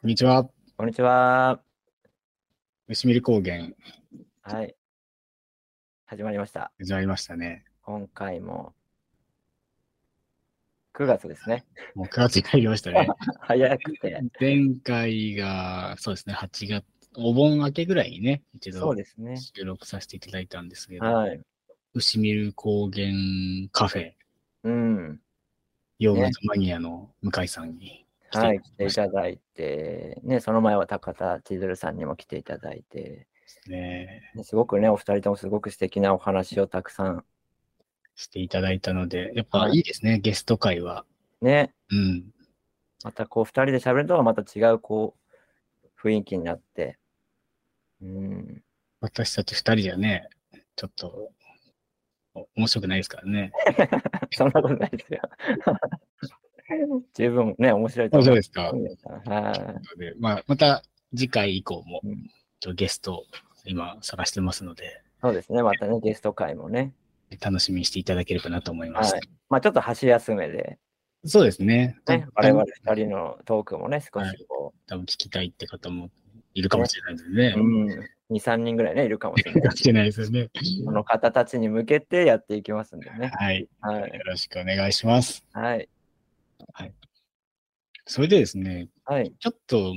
こんにちは。 こんにちは。 牛見高原、 はい。始まりました。 始まりましたね。 今回も9月ですね。 もう9月に入りましたね。 早くて。 前回が、そうですね、8月、お盆明けぐらいにね、一そう度ですね。 収録させていただいたんですけど、 はい。 牛見高原カフェ、 うん。 ヨーグルね。 トマニアの向井さんに来ていはい。来ていただきましたただいて、ね、その前は高田千鶴さんにも来ていただいて、 ね。 ね、すごくね、お二人ともすごく素敵なお話をたくさん。 していただいたので、やっぱはい。 いいですね、ゲスト会は。 ね。 うん。 またこう、二人で喋るとはまた違う、こう、雰囲気になって。うん。 私たち2人じゃね、ちょっと面白くないですからね。 そんなことないですよ。十分ね、面白いと面思白いですか？ う。はで、また次回以降も、 い。うん。 ゲストを今探してますので、 そうですね、またね、ゲスト会もね。 楽しみにしていただければなと思います。 はい。まあ、ちょっと箸休めで、 そうですね。 ね、我々二人のトークもね、少はい。 しこ多分聞きたいって方もいるかう、ね、 もしれないのでね。 うん、2、3人ぐらいね、いるかもしれない。 かもしれないですよね。 その方たちに向けてやっていきますんでね。 はい。 はい。 よろしくお願いします。 はい。 はい。それでですね、 はい。 ちょっと、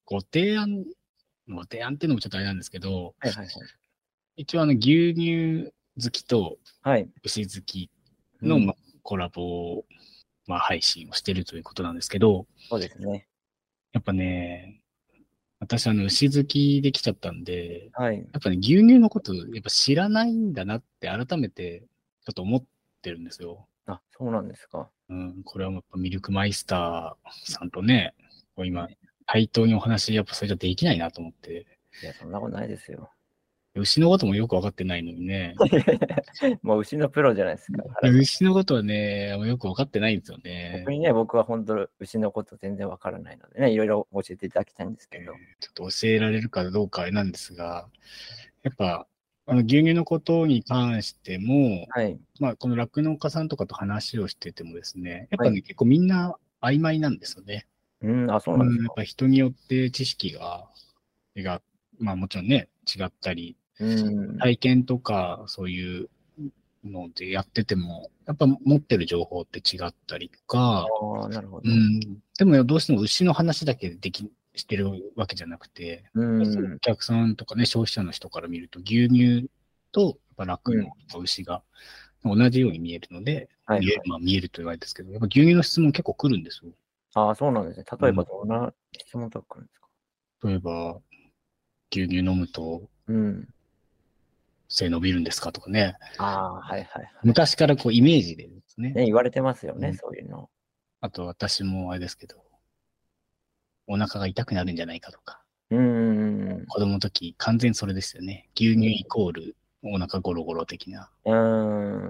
ご提案っていうのもちょっとあれなんですけど、 はいはいはい。 一応牛乳好きとはい。 牛好きの、 うん。 コラボ、配信をしてるということなんですけど、 そうですね。 やっぱね、私牛好きできちゃったんで、 はい。 やっぱね、牛乳のこと、やっぱ知らないんだなって改めて、ちょっと思ってるんですよ。 あ、そうなんですか。 うん、これはやっぱミルクマイスターさんとね、こう今、 ね、 対等にお話、やっぱそれじゃできないなと思って、 いや、そんなことないですよ。 牛のこともよくわかってないのにね、 もう牛のプロじゃないですか、 いや原さん。 牛のことはね、よくわかってないんですよね。 逆にね、僕は本当牛のこと全然わからないのでね、いろいろ教えていただきたいんですけど。 ちょっと教えられるかどうかあれなんですが、やっぱ、牛乳のことに関しても、 はい。 この酪農家さんとかと話をしててもですね、やっはい。 ぱね、結構みんな曖昧なんですよね。 うん、あ、そうなんですうん、やっか。 ぱ人によって知識が、もちろんね、違ったり、 うん。 体験とかそういうのでやってても、やっぱ持ってる情報って違ったりとか、 ああ、なるほうど。 ん、でもどうしても牛の話だけしてるわけじゃなくて、 うおん。 客さんとかね、消費者の人から見ると、牛乳とやっぱ酪農うん。 と牛が同じように見えるので、 はいはい。 見えると言われるんですけど、やっぱ牛乳の質問結構来るんですよ。 ああ、そうなんですね。例えばうん。 どんな質問とか来るんですか？ 例えば、牛乳飲むとうん。 背伸びるんですかとかね。 ああ、はいはいはい。 昔からこうイメージでですね。 ね、言われてますよね、 うん。 そういうの。 あと私もあれですけど、お腹が痛くなるんじゃないかとか。 うん。 子供の時、完全にそれですよね。牛乳イコールお腹ゴロゴロ的な。 うん。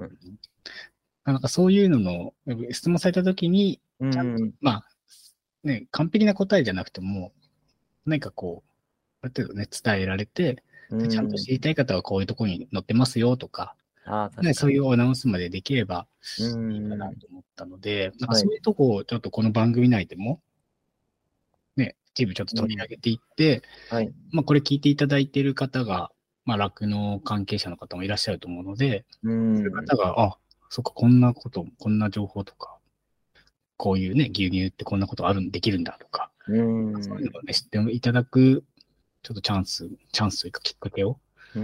なんかそういうのの、質問された時に、 うちゃんと、 ん。 ね、完璧な答えじゃなくても、何かこう、ある程度ね、伝えられて、 うでちゃんと知ん。 りたい方はこういうところに載ってますよとか、 ああ、 ね、 確かに。 そういうアナウンスまでできればういいかなん。 と思ったので、なんかはい。 そういうとこをちょっとこの番組内でも、ね、一部ちょっとうん。 取り上げていって、 はい。 これ聞いていただいている方が、酪農関係者の方もいらっしゃると思うので、 うそういうん。 方が、あ、そっか、こんなこと、こんな情報とか、こういうね、牛乳ってこんなことできるんだとか、 うん。 そういうのをね、知っていただく、ちょっとチャンスというかきっかけを、 うん。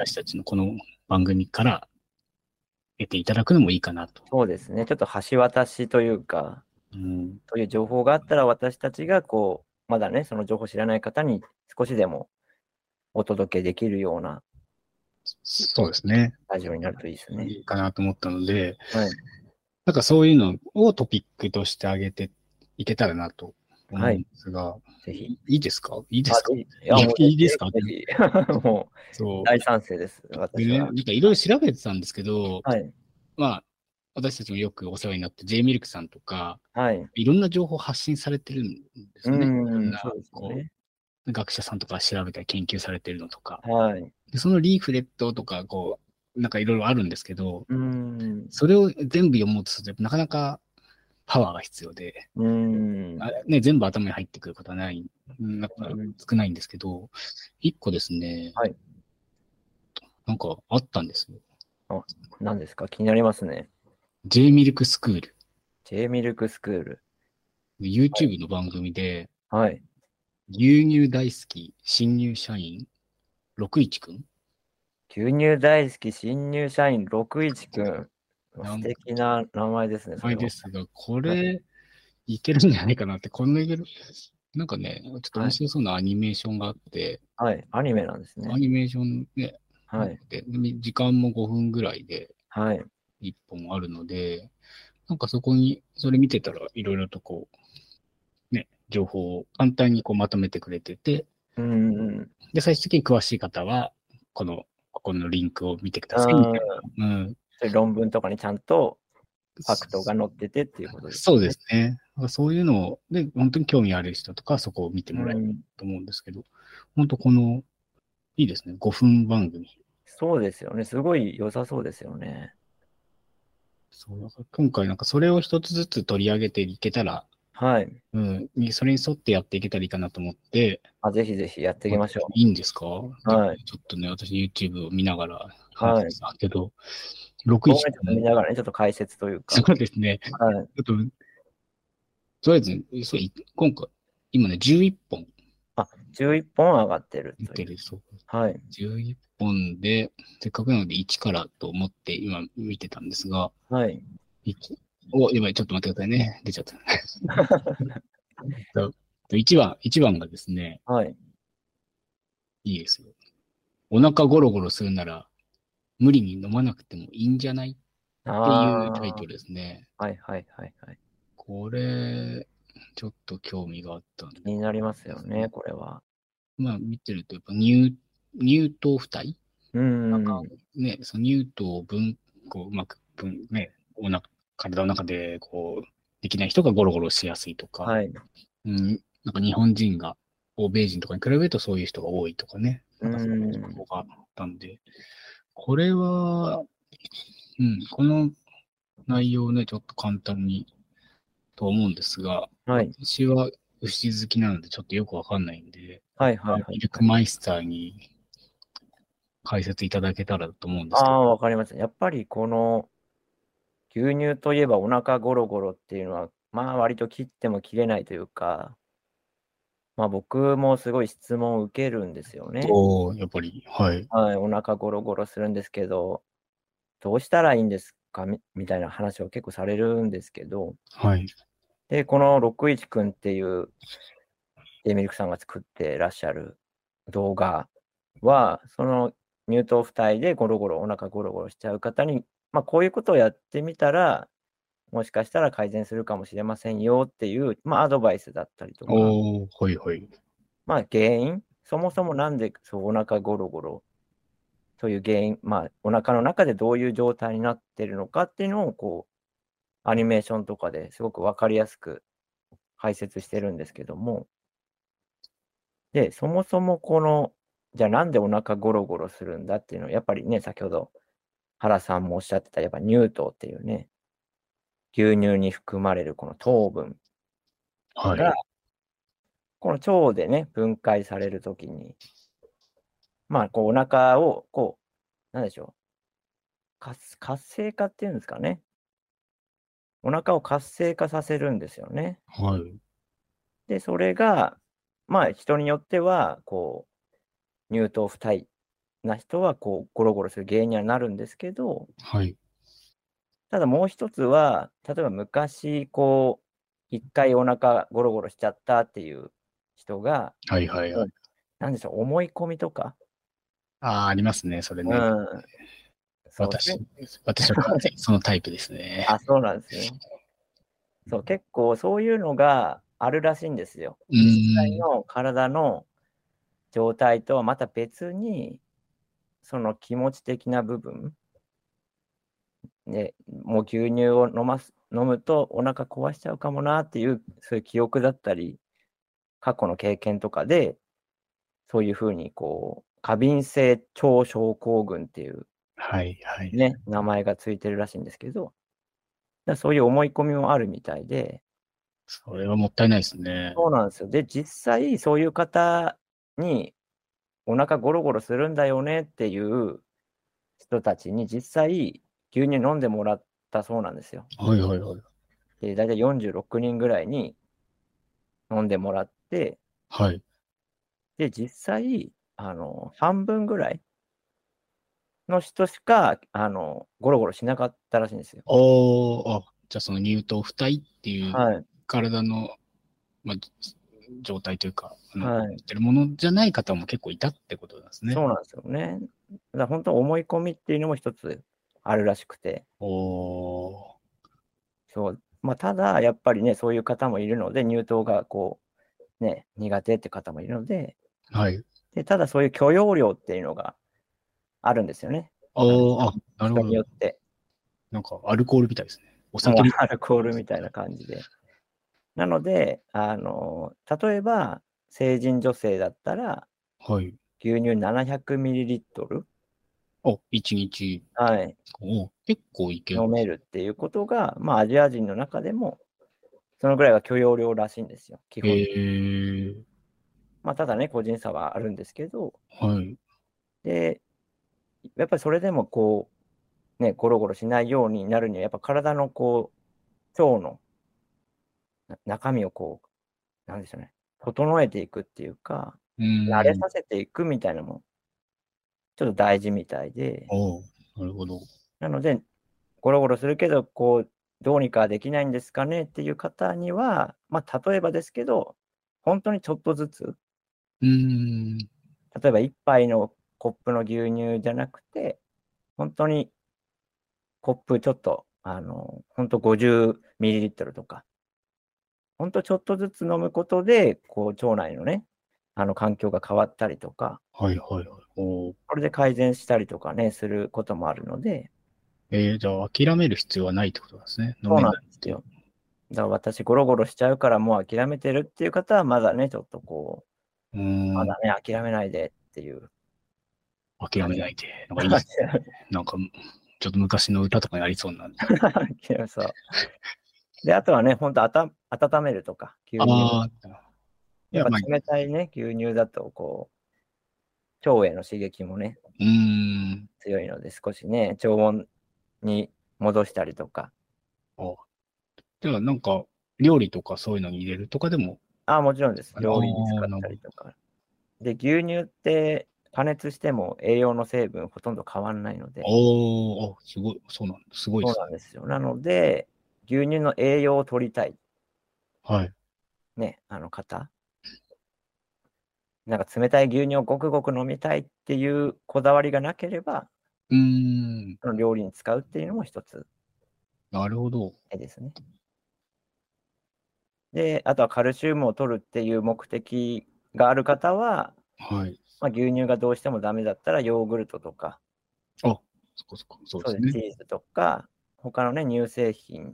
私たちのこの番組から得ていただくのもいいかなと。 そうですね。ちょっと橋渡しというか、 うん、 そういう情報があったら私たちがこう、まだね、その情報を知らない方に少しでもお届けできるようなそうですね。 ラジオになるといいですね。 いいかなと思ったので、 はい。 なんかそういうのをトピックとしてあげていけたらなと思うんはい。 ですが、 ぜひ。 いいですか？いいであ、 すか？ ぜひ。いや、もうぜいいですか？ ひぜひ。もうそ大賛成です、 う。でね、 私は。 なんかいろいろ調べてたんですけど、 はい。 まあ、私たちもよくお世話になって J ミルクさんとか、 はい。 いろんな情報発信されてるんでうすよね。いろんーん、そうな、 ですよね。 学者さんとか調べたり研究されてるのとか。 はい。 で、そのリーフレットとか、なんかいろいろあるんですけど、 うーん。 それを全部読もうとすると、なかなかパワーが必要で、 うん。 全部頭に入ってくることはない、なんか少ないんですけど、一個ですね、 はい。 なんかあったんですよ。 あ、何ですか？気になりますね。 J ミルクスクール。 J ミルクスクール。 YouTube の番組で、 はい。 牛乳大好き新入社員、61くん牛乳大好き新入社員61くん。素なん敵な名前ですね、そ前れは。 ですが、こはい。 れ、いけるんじゃないかなって、こんないける。なんかね、ちょっと面はい。 白そうなアニメーションがあって、 はい。アニメなんですね。 アニメーションね、 はい。 で、時間も5分ぐらいではい。 1本あるので、なんかそこに、それ見てたらいろいろとこう、ね、情報を簡単にこうまとめてくれてて、 うんうん。 で、最終的に詳しい方は、ここのリンクを見てくださいみたいあな。うん。 それ論文とかにちゃんとファクトが載っててっていうことですそうでね。 すね。なんかそういうのを、で、本当に興味ある人とか、そこを見てもらえるうん。 と思うんですけど、本当いいですね。5分番組。 そうですよね。すごい良さそうですよね。 そう、だから今回なんかそれを一つずつ取り上げていけたら、 はい。 うん、それに沿ってやっていけたらいいかなと思って、 あ、ぜひぜひやっていきましょいいんですか？ う。はい。 ちょっとね、私 YouTube を見ながら話はい。 してたけど、61 僕もちょっと見分、 ながらね、ちょっと解説というそか。 うですね。 はい。 ちょっと、とりあえず、今回、今ね、11本あ、11本上がってるという。 見てる、そう。 はい。 11本で、せっかくなので1からと思って今見てたんですが、 はい。 やばい、ちょっと待ってくださいね。出ちゃった。1番がですね、 はい。 いいですよ。お腹ゴロゴロするなら、無理に飲まなくてもいいんじゃないっていうタイああ、 トルですね。 はいはいはいはい。 これ、ちょっと興味があったんで、 気になりますですね。 よね、これは。 まあ見てると、やっぱ乳糖不体うなんかん。 ね、その乳糖をこう、うまくね、体の中でこう、できない人がゴロゴロしやすいとか、 はい。 うん、なんか日本人が、欧米人とかに比べるとそういう人が多いとかね、 うなんかそういう情ん。 報があったんで、これは、この内容をね、ちょっと簡単にと思うんですが、 はい。 私は牛好きなのでちょっとよくわかんないんで、 はいはいはいはい。 ミルクマイスターに解説いただけたらと思うんですけど。 ああ、わかります。やっぱりこの牛乳といえばお腹ゴロゴロっていうのは、まあ割と切っても切れないというか、まあ僕もすごい質問を受けるんですよね。 やっぱり、はい。 はい、お腹ゴロゴロするんですけど、どうしたらいいんですかみたいな話を結構されるんですけど、 はい。 で、この61くんっていうデミルクさんが作ってらっしゃる動画は、その乳糖不耐でゴロゴロ、お腹ゴロゴロしちゃう方に、まあこういうことをやってみたら、もしかしたら改善するかもしれませんよっていう、まあアドバイスだったりとか、 はいはい。 まあ原因、そもそもなんでそうお腹ゴロゴロという原因、まあお腹の中でどういう状態になっているのかっていうのをこう、アニメーションとかですごくわかりやすく解説してるんですけども、で、そもそもこの、じゃあなんでお腹ゴロゴロするんだっていうのは、やっぱりね、先ほど原さんもおっしゃってた、やっぱ乳糖っていうね、牛乳に含まれるこの糖分が、 はい。 この腸でね、分解されるときに、まあ、こうお腹をこう、なんでしょう、活性化っていうんですかね。お腹を活性化させるんですよね。 はい。 で、それが、まあ、人によっては、こう、乳糖不耐な人は、こう、ゴロゴロする原因にはなるんですけど、 はい。 ただもう一つは、例えば昔、こう、一回お腹ゴロゴロしちゃったっていう人が、 はいはいはい。 もう、なんでしょう、思い込みとか、 ありますね、それうね。 ん、そう、 私は完全にそのタイプですあ、 ね。 そうなんですね。そう、結構そういうのがあるらしいんですよ。 う実際ーん。 の体の状態とはまた別に、その気持ち的な部分で、もう牛乳を飲むとお腹壊しちゃうかもなっていう、そういう記憶だったり、過去の経験とかで、そういう風にこう、過敏性腸症候群っていうはいはい。 ね、名前がついてるらしいんですけど、 そういう思い込みもあるみたいで、 それはもったいないですね。 そうなんですよ。で、実際そういう方にお腹ゴロゴロするんだよねっていう人たちに実際牛乳飲んでもらったそうなんですよ。 はいはいはい。 で、だいたい46人ぐらいに飲んでもらって、 はい。 で、実際、半分ぐらいの人しか、ゴロゴロしなかったらしいんですよ。 じゃあその乳糖不対っていうはい、 体の、まあ、状態というか、 はい。 言ってるものじゃない方も結構いたってことなんですね。 そうなんですよね。だから本当思い込みっていうのも一つあるらしくて、 おー。 そう、ただやっぱりね、そういう方もいるので、乳糖がこう、ね、苦手って方もいるので、 はい。 で、ただそういう許容量っていうのがあるんですよね。人なるほど。 によって。 なんかアルコールみたいですね。おもう酒みたいアルコールみたいな感じで。なので、例えば、成人女性だったら、 な。はい。 牛乳 700ml、 1日。 はい、 結構いける。 飲めるっていうことが、アジア人の中でも、そのぐらいが許容量らしいんですよ、基へ本。 え。 ただね、個人差はあるんですけど、 はい。 で、やっぱりそれでもこう、ね、ゴロゴロしないようになるには、やっぱ体のこう、腸の中身をこう、なんでしょうね、整えていくっていうか、 うーん。 慣れさせていくみたいなのも、ちょっと大事みたいで、 なるほど。 なので、ゴロゴロするけど、こう、どうにかできないんですかねっていう方には、例えばですけど、ほんとにちょっとずつ、 うーん。 例えば1杯のコップの牛乳じゃなくて、ほんとにコップちょっと、ほんと 50ml とか、ほんとちょっとずつ飲むことで、こう腸内のね、環境が変わったりとか、 はいはいはい。 これで改善したりとかね、することもあるので、 じゃあ諦める必要はないってことなんですね。飲めそうなんないっていう。 ですよ。だから私ゴロゴロしちゃうからもう諦めてるっていう方はまだね、ちょっとこう、 うーん。 まだね、諦めないでっていう感じ。 諦めないで。なんかいいですね。なんか、ちょっと昔の歌とかにありそうな。 そう。で、あとはね、ほんと温めるとか、牛乳。 ああ、いや、 やっぱ冷たいね、牛乳だとこう、腸への刺激もね、 うーん。 強いので、少しね、常温に戻したりとか。 あ、じゃあなんか、料理とかそういうのに入れるとかでも、 もちろんです。料理に使っなるほど。 たりとか。で、牛乳って加熱しても栄養の成分ほとんど変わんないので。 すごい、そうなんだ。すごいでそうすね。 なんですよ。なので、牛乳の栄養を取りたい、 はい。 ね、方、なんか冷たい牛乳をごくごく飲みたいっていうこだわりがなければ、 うーん。 その料理に使うっていうのも一つなるほど。 手ですね。で、あとはカルシウムを取るっていう目的がある方は、 はい。 牛乳がどうしてもダメだったらヨーグルトとか、 そこそこ、そうでそうです、 すね。 チーズとか、他のね、乳製品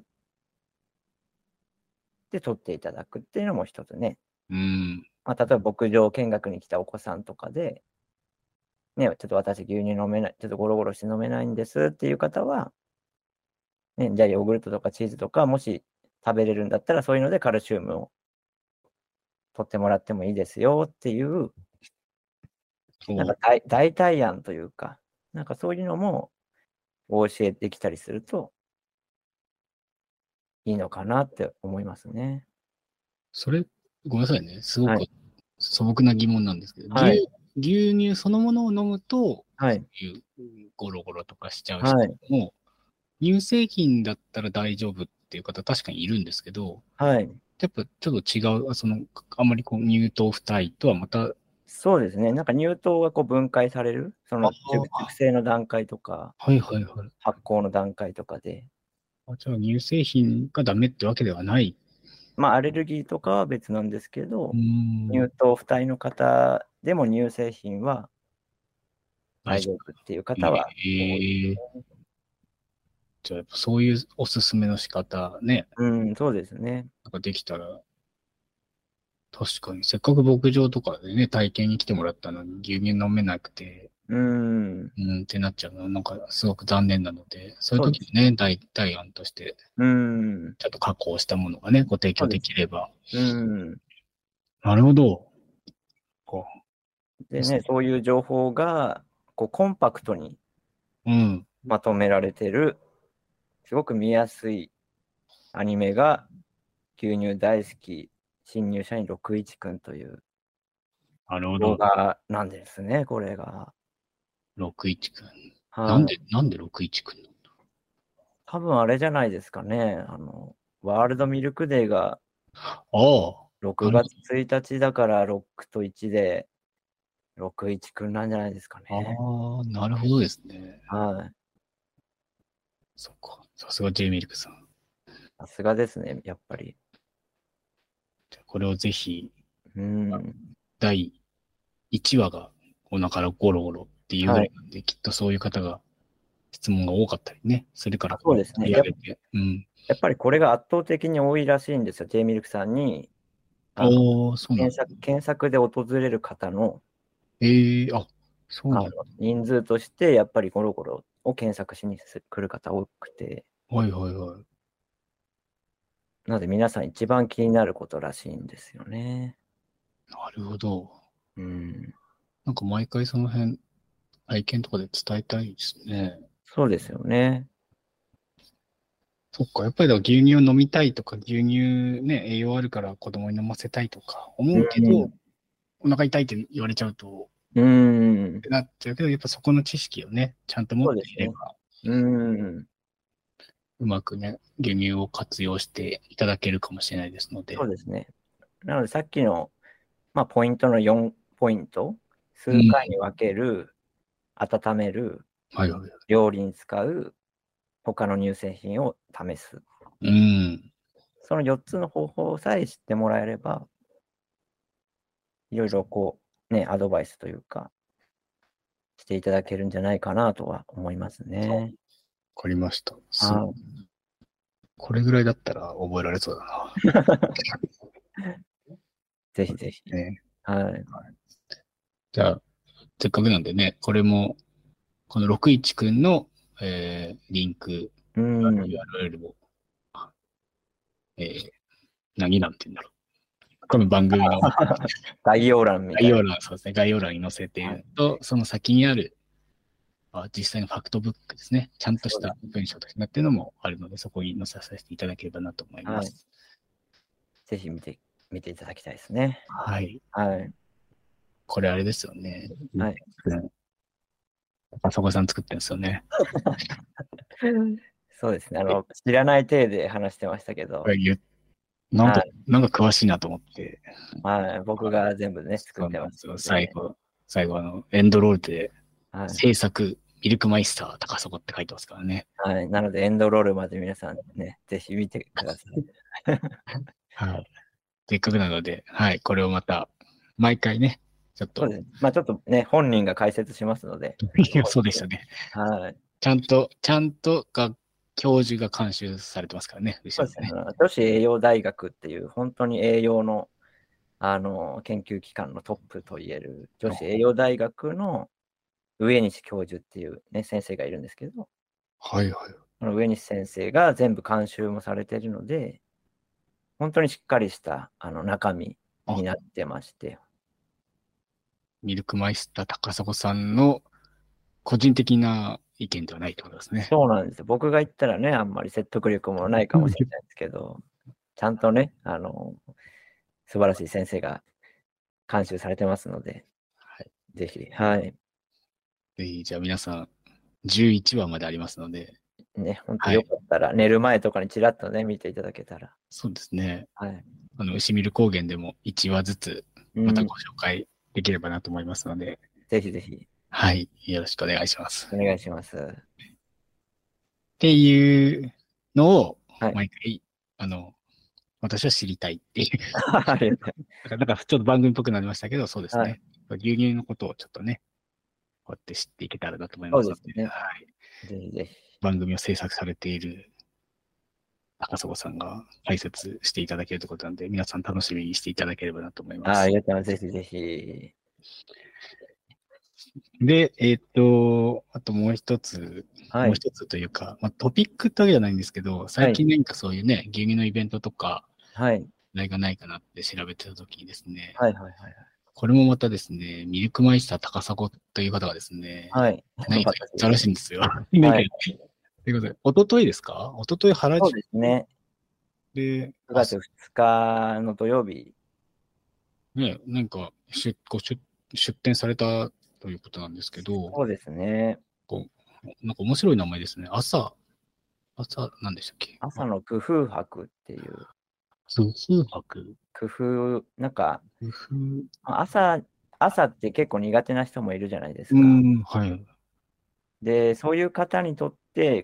で取っていただくっていうのも一つね。 うーん。 例えば牧場見学に来たお子さんとかで、ね、ちょっと私牛乳飲めない、ちょっとゴロゴロして飲めないんですっていう方は、ね、じゃあヨーグルトとかチーズとか、もし食べれるんだったら、そういうのでカルシウムを取ってもらってもいいですよっていう、なんか代替案というか、なんかそういうのもお教えできたりするといいのかなって思いますね。 それ、ごめんなさいね。すごくはい。 素朴な疑問なんですけど、 はい。 牛乳そのものを飲むと、 はい。 いうゴロゴロとかしちゃう人はい。 も、乳製品だったら大丈夫っていう方確かにいるんですけど、 はい。 やっぱちょっと違う、あまり乳糖不対とはまた、 そうですね。なんか乳糖がこう分解される、そあの熟成の段階とか、 はいはいはい。 発酵の段階とかで、 じゃあ乳製品がダメってわけではない。 アレルギーとかは別なんですけうーど、 ん、 乳糖不対の方でも乳製品は大丈大丈夫っていう夫。 方は多いですえね。 じゃあやっぱそういうおすすめの仕方ね、 うん、そうですね。 なんかできたら、確かにせっかく牧場とかでね、体験に来てもらったのに牛乳飲めなくて、 ってなっちゃうのは、なんかすごく残念なので、そういうそうです。 時にね、代案として、ちゃんと加工したものがね、ご提供でそうです。 きれば。 うん。 なるほど。こでね、そういう情報が、こう、コンパクトにう。うん。 まとめられてる、すごく見やすいアニメが、牛乳大好き新入社員61くんという動なるほど。 画なんですね、これが。 61くん。 はい。 なんで61くんなんだ？ 多分あれじゃないですかね。ワールドミルクデーがああ、 6 なる月1日だから6と1で61くんなんじゃないですかね。 ほど。ああ、なるほどですね。 はい。 そっか。さすが J ミルクさん。 さすがですね、やっぱり。 じゃあこれをぜひ、 うん。 第1話がお腹ゴロゴロっていうぐはい。 らいなんで、きっとそういう方が質問が多かったりね。それからこれをそうですね。 取り上げて。うん。 やっぱりこれが圧倒的に多いらしいんですよ、J ミルクさんに。あの、 おー、そうなんだ。 検索で訪れる方の、 ええあ、そうあのなんだ。 人数として、やっぱりゴロゴロを検索しに来る方多くて、 はいはいはい。 なので皆さん一番気になることらしいんですよね。 なるほど。 うん。 なんか毎回その辺、体験とかで伝えたいですね。 そうですよね。 そっか、やっぱりだから牛乳を飲みたいとか、牛乳ね、栄養あるから子供に飲ませたいとか思うけど、 うん。 お腹痛いって言われちゃうと、 うん。 ってなっちゃうけど、やっぱそこの知識をね、ちゃんと持ってそうですね。 いれば、 うん。 うまくね、牛乳を活用していただけるかもしれないですので。 そうですね。なのでさっきの、ポイントの4ポイント、 うん。 数回に分ける、温める、 はいはい。 料理に使う、他の乳製品を試す。 うん。 その4つの方法さえ知ってもらえれば、いろいろアドバイスというか、していただけるんじゃないかなとは思いますわね。 かりました。 はい。 これぐらいだったら覚えられそうだな。 ぜひぜひ。 ね。 はい。 じゃあ、せっかくなんでね、これも、この61くんの、リンク、 うん。 URL を、えー、何なんて言うんだろう。この番組の概要欄みたいな。 概要欄、そうですね、概要欄に載せていはい。 ると、その先にある、実際のファクトブックですね。ちゃんとしそうでた文章としてなっていうのもあるので、そこに載せさせていただければなと思いす。はい。 ます。 ぜひ見ていただきたいですね。 はい。 はい。 これあれですよね。 はい。 うん。あそこさん作ってるんですよね。 そうですね。知らない体で話してましたけど、 これはい。 なんか詳しいなと思って、 はい。僕が全部ね、作っそうてまなんですよ。 すので、 最後エンドロールで、 はい。 制作、ミルクマイスター高砂って書いてますからね。 はい。なので、エンドロールまで皆さんね、ぜひ見てください。 はい。せっかくなので、はい、これをまた、毎回ね、ちょっと、 そうですね。ちょっとね、本人が解説しますので、 いやそうでしたね。 はい。 ちゃんと教授が監修されてますからね、 そうですね。 後ろでね。 女子栄養大学っていう、本当に栄養の、研究機関のトップといえる女子栄養大学の上西教授っていうね、先生がいるんですけど、 はいはい。 その上西先生が全部監修もされているので、本当にしっかりした中身あ、 になってまして、 ミルクマイスター高砂さんの個人的な意見ではないってことですね。 そうなんですよ。僕が言ったらね、あんまり説得力もないかもしれないですけど、ちゃんとね、素晴らしい先生が監修されてますので、 はい。 ぜひ、はい。 ぜひ、じゃあ皆さん、11話までありますので、 ね、本当はい。 よかったら、寝る前とかにちらっとね、見ていただけたら。 そうですね。 はい。 牛見る高原でも1話ずつ、 うん、 またご紹介できればなと思いますので、 ぜひぜひ、 はい。よろしくお願いします。 お願いします。 っていうのを、 はい。 毎回、あの、私は知りたいっていう。 ありがとうございます。 だからちょっと番組っぽくなりましたけど、そうですはい。 ね。牛乳のことをちょっとね、こうやって知っていけたらなと思いそうますので、 ですね。 はい。 ぜひぜひ。 番組を制作されている高砂さんが解説していただけるということなんで、皆さん楽しみにしていただければなと思います。 ありがとうございます。ぜひぜひ。 で、あともう一つ、 はい。 もう一つというか、まあ、トピックってわけじゃないんですけど、 はい。 最近何かそういうね、牛乳のイベントとか、 はい。 何がないかなって調べてたときにですね、 はい。はい。はい。 これもまたですね、ミルクマイスター高砂という方がですね、 はい。 何か言ったら私ですね。 しいんですよ。何はい。 か言って。ということで、一昨日ですか？一昨日原そう宿ですね。 で、 9月2日の土曜日。 ね、なんか出店されたということなんですけど、 そうですね。 こなんか面白い名前ですね。なんでしたっけ？ 朝の工夫博っていう、 通数博、 工夫、なんか、 工夫、 朝って結構苦手な人もいるじゃないですか。 うーん、はい。 で、そういう方にとって、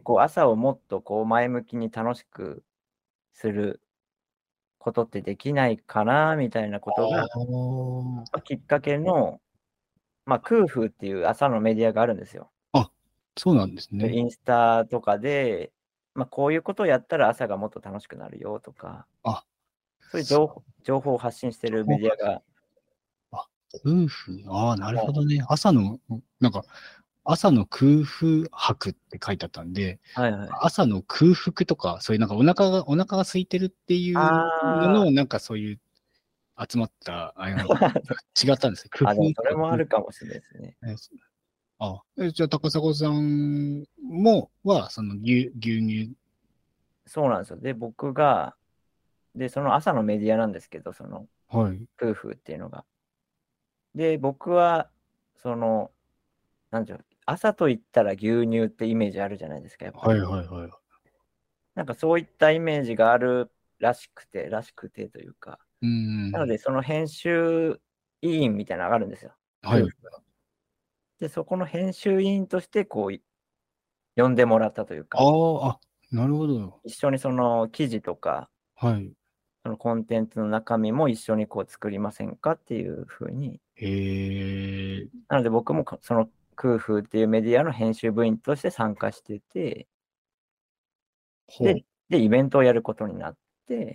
こう朝をもっとこう前向きに楽しくすることってできないかなみたいなことが、 あきっかけの、空風っていう朝のメディアがあるんですよ。 あ、あ、そうなんですね。 インスタとかで、こういうことをやったら朝がもっと楽しくなるよとか、 あ、 そういうそう、 情報を発信してるほうメディアが、 あ、夫婦、ああ、なるはい、 ほどね。なんか、朝の空腹白って書いてあったんで、 はいはい。 朝の空腹とか、そういうなんかお腹が空いてるっていうのあの、なんかそういう集まった、あれなのかあ、 違ったんですね。工夫でもそれとか空もあるかもしれないですね。 じゃあ、高砂さんその牛乳、 そうなんですよ。で、その朝のメディアなんですけど、そのはい、 夫婦っていうのが。で、僕は、その、なんていうの、朝と言ったら牛乳ってイメージあるじゃないですか、やっぱはい、 り。 はい、はい。 なんかそういったイメージがあるらしくてというか、 うーん、 なのでその編集委員みたいなのがあるんですよ、 はい。 夫婦の。で、そこの編集委員として呼んでもらったというか、 なるほど。 一緒にその記事とか、 はい。 そのコンテンツの中身も一緒にこう作りませんかっていう風に、 へえ、 なので僕もその空風っていうメディアの編集部員として参加してて、 ほう。 イベントをやることになって、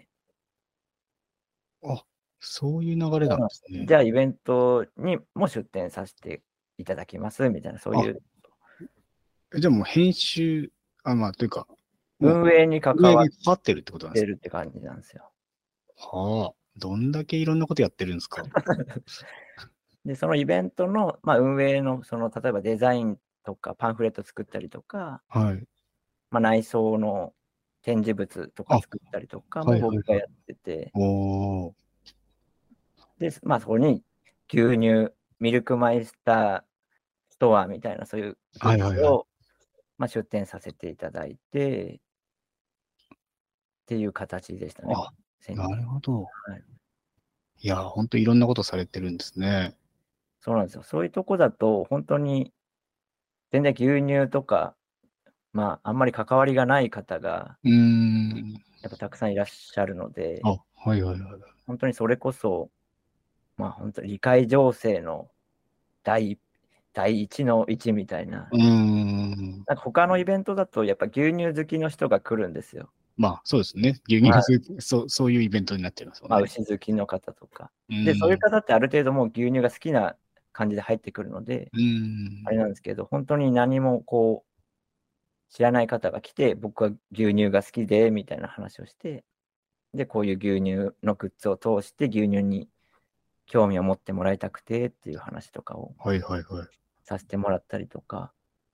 あ、そういう流れなんですね。 じゃあイベントにも出展させていただきますみたいな、そうあ、 いうじゃあもう編集、というか、も運営に関う、上わっにかかってるってことなんですてるって感じなんですよ。 か？はあ、どんだけいろんなことやってるんですか？ で、そのイベントの、運営のその例えばデザインとかパンフレット作ったりとか、 はい。 内装の展示物とかあ、 作ったりとかもはい、はい、はい。 僕がやってて、 おー、 で、そこに牛乳、ミルクマイスターストアみたいなそういうグッはい、はい、はい。 ズを、出店させていただいてっていう形でしたね。 あ、なるほど。 はい。 いや、ほんといろんなことされてるんですね。 そうなんですよ。そういうとこだと、本当に全然牛乳とか、あんまり関わりがない方が、 うーん。 やっぱたくさんいらっしゃるので、 はい、はい、はい。 本当にそれこそ、本当に理解情勢の第第一の一みたいな。 うーん。 なんか他のイベントだとやっぱ牛乳好きの人が来るんですよ。 そうですね。牛乳はい。 好き、そういうイベントになっちゃいますもんね。 牛好きの方とか。で、そういううーん。 方ってある程度もう牛乳が好きな感じで入ってくるので、 うーん。 あれなんですけど、本当に何もこう知らない方が来て、僕は牛乳が好きでみたいな話をして、で、こういう牛乳のグッズを通して牛乳に興味を持ってもらいたくてっていう話とかをはい、はい、はい。 させてもらったりとか、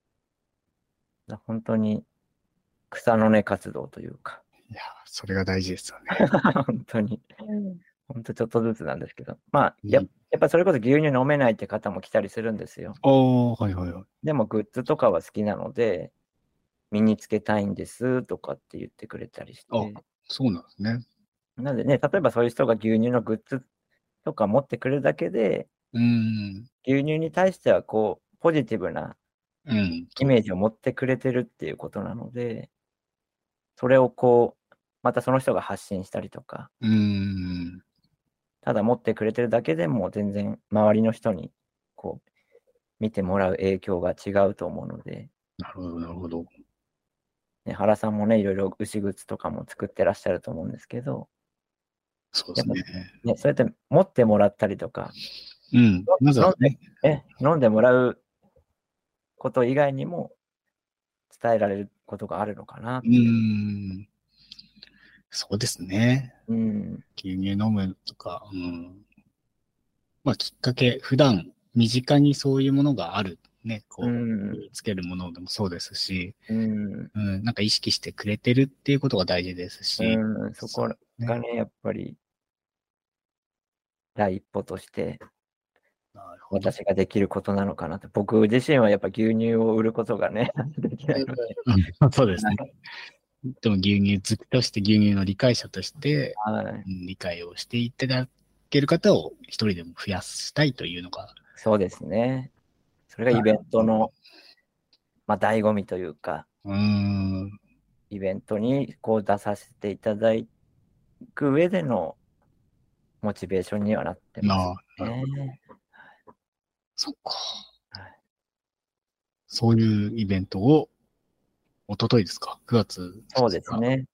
本当に草の根活動というか、 いや、それが大事ですよね。 本当に、本当ちょっとずつなんですけど、 いい。 やっぱそれこそ牛乳飲めないって方も来たりするんですよ。 はい、はい、はい。 でもグッズとかは好きなので、身につけたいんですとかって言ってくれたりしあ、 て、 そうなんですね。 なのでね、例えばそういう人が牛乳のグッズとか持ってくれるだけで、 うーん。 牛乳に対してはこう、ポジティブなうん、 イメージを持ってくれてるっていうことなので、それをまたその人が発信したりとか、 うーん。 ただ持ってくれてるだけでも全然周りの人にこう、見てもらう影響が違うと思うので、 なるほど、なるほど。 ね、原さんもね、いろいろ牛グッズとかも作ってらっしゃると思うんですけど、やっぱそうですね。 ね、そうやって持ってもらったりとか、 うん。まずはね。 飲んでもらうこと以外にも伝えられることがあるのかなってういう。 ん。そうですね。 うん。 牛乳飲むとか、まあ、きっかけ、普段、身近にそういうものがある。ね、 うこう、 ん。 つけるものでもそうですし、 うん。 なんか意識してくれてるっていうことが大事ですし、 うん。そこね。 がね、やっぱり第一歩としてなるほど。 私ができることなのかなと。僕自身はやっぱ牛乳を売ることがね、できないので。 そうですね。 はい。 でも牛乳好きとして牛乳の理解者として、 はい。 理解をしていただける方を一人でも増やしたいというのが、 そうですね。それがなイベントの、醍醐味というか、 うーん、 イベントにこう出させていただく上でのモチベーションにはなってますなるほど。 ね。 そっか。 はい。 そういうイベントを、一昨日ですか？ 9 月そう 2日、 ですね。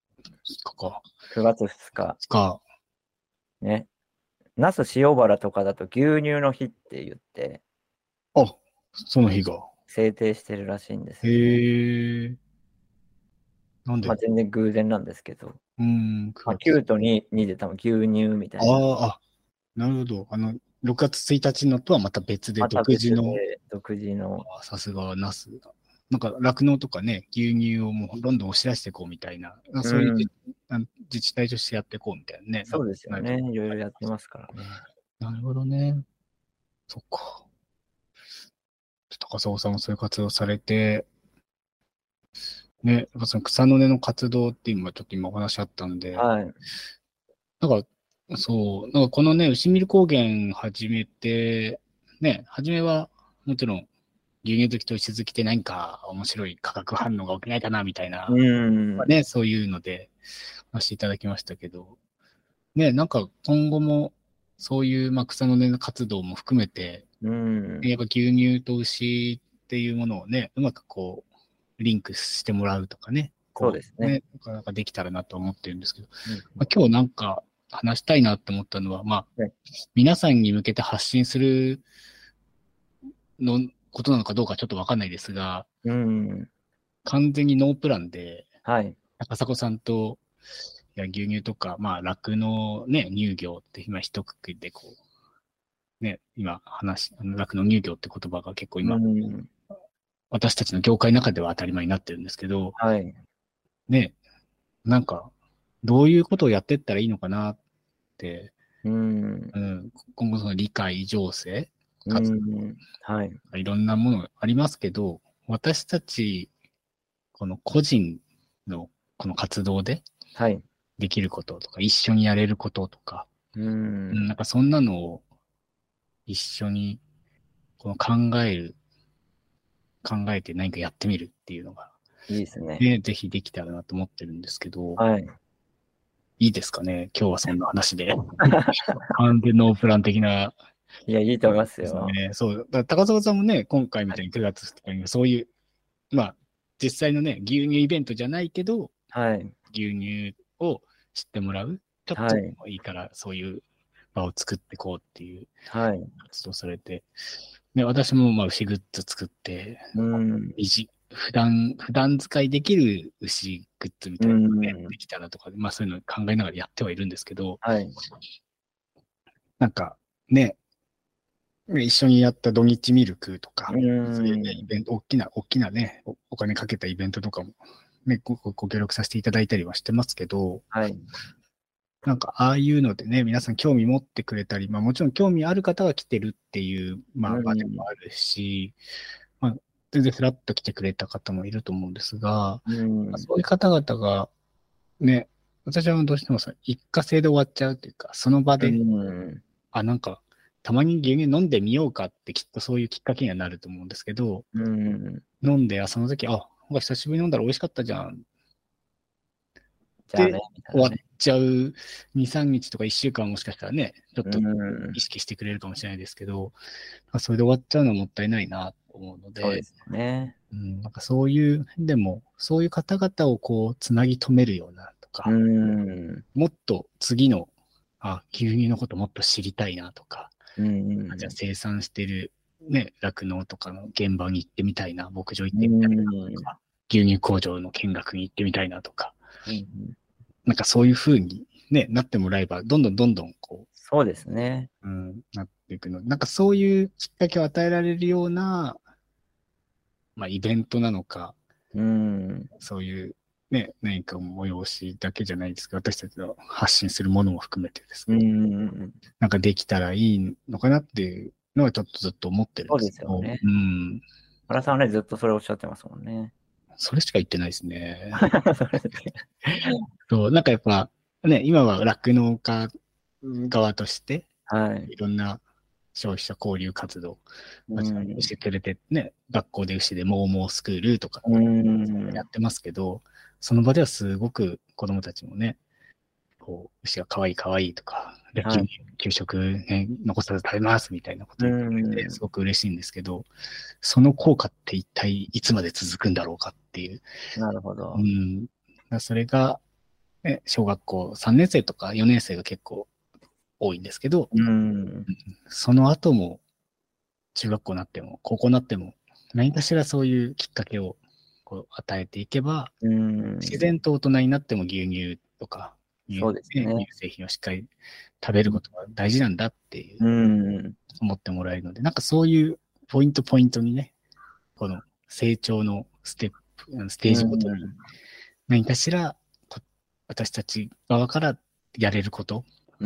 2日か。 9月2日、 2日。 ね。那須塩原とかだと牛乳の日って言ってあ、その日が。 制定してるらしいんですよね。 へえ。なんで、 全然偶然なんですけど。 9月。 9と2で多分牛乳みたいな。 なるほど。6月1日のとはまた別でまた別独自の、 で独自の。 さすがナスだ。なんか、酪農とかね、牛乳をもうどんどん押し出していこうみたいな、 うそういうん。 自治体としてやっていこうみたいなね。 そうですよね。 ないといろいろやってますからね。 なるほどね。そっか。高砂さんもそういう活動されて、ね、やっぱその草の根の活動って今ちょっと今お話あったんで、 はい。 なんか、そう、なんかこのね、牛見高原始めて、ね、初めはもちろん牛乳好きと石好きで何か面白い化学反応が起きないかなみたいな、 うん。 ね、そういうので話していただきましたけど、ね、なんか今後もそういう、まあ、草の根の活動も含めて、 うん。 やっぱ牛乳と牛っていうものをね、うまくこう、リンクしてもらうとかね、 そうですね。 なかなかできたらなと思ってるんですけど、 うん。 今日なんか話したいなって思ったのは、 はい。 皆さんに向けて発信するのことなのかどうかちょっとわかんないですが、 うん。 完全にノープランで、 はい。 高砂さんと、いや、牛乳とか、まあ、酪農ね、乳業って今一括りでこう、ね、今酪農乳業って言葉が結構う今、 ん。 私たちの業界の中では当たり前になってるんですけど、 はい。 ね、なんか、どういうことをやっていったらいいのかなって、 うん。 今後その理解情勢、 うかつ、 ん。はい。 いろんなものありますけど、私たち、この個人のこの活動ではい。 できることとか、一緒にやれることとか、 うん。 なんかそんなのを一緒にこの考えて何かやってみるっていうのが、 いいですね。 ね、ぜひできたらなと思ってるんですけど、 はい。 いいですかね今日はそんな話で。完全ノープラン的な。 いや、いいと思いますですよ。 ね。そう。だから高砂さんもね、今回みはい。 たいに9月とかにそういう、まあ、実際のね、牛乳イベントじゃないけど、 はい。 牛乳を知ってもらう。ちょっとではい。 もいいから、そういう場を作っていこうっていうはい。 活動されて、ね、私もまあ牛グッズ作って、 うん。 普段使いできる牛グッズみうたいなのね、 ん。 できたらとか、まあそういうの考えながらやってはいるんですけど、 はい。 なんかね、一緒にやった土日ミルクとうか、そういうね、イん。 ベント、大きなね、お金かけたイベントとかも、ね、ご協力させていただいたりはしてますけど、 はい。 なんか、ああいうのでね、皆さん興味持ってくれたり、まあもちろん興味ある方が来てるっていう、まうあ場でもん。 あるし、まあ、全然フラッと来てくれた方もいると思うんですが、 うん。 そういう方々がね、私はどうしてもさ、一過性で終わっちゃうというか、その場うで、 ん。 なんか、たまに牛乳飲んでみようかってきっとそういうきっかけにはなると思うんですけど、 うん。 飲んで、その時、なんか久しぶりに飲んだら美味しかったじゃんっじゃあね、 て終わっみたいなね。 ちゃう2、3日とか1週間もしかしたらね、ちょっうと意ん。 識してくれるかもしれないですけど、それで終わっちゃうのはもったいないなと思うので、 そうですよね。 なんかそういう、でも、そういう方々をこう、つなぎ止めるようなとうか、 ん。 もっと次の、牛乳のこともっと知りたいなとか、 うん。 じゃあ生産してるね、酪農とかの現場に行ってみたいな、牧場行ってみたいなとか、牛乳工場の見学に行ってみたいなとか、なんかそういう風に、ね、なってもらえば、どんどんこそうですね。 う、なっていくので、なんかそういうきっかけを与えられるような、まあイベントなのか、そういうね、何か催しだけじゃないですけど、私たちが発信するものも含めてですけど、なんかできたらいいのかなっていうのはちょっとずっと思ってるんですけど、 そうですよね。原さんはね、ずっとそれおっしゃってますもんね。 それしか言ってないですね。そう、なんかやっぱ、ね、今は酪農家側として、いろんな消費者交流活動、牛連れてね、学校で牛でモーモースクールとかやってますけど、その場ではすごく子供たちもね、こう、牛が可愛い可愛いとか、で給食、ね、残さず食べますみたいなこと言ってくれて、すごく嬉しいんですけど、その効果って一体いつまで続くんだろうかっていう。 なるほど。 それが、ね、小学校3年生とか4年生が結構多いんですけど、その後も中学校になっても高校になっても何かしらそういうきっかけをこう与えていけば、自然と大人になっても牛乳とか乳製品をしっかり食べることが大事なんだっていう思ってもらえるので、なんかそういうポイントにね、この成長のステージごとに何かしら私たち側からやれること、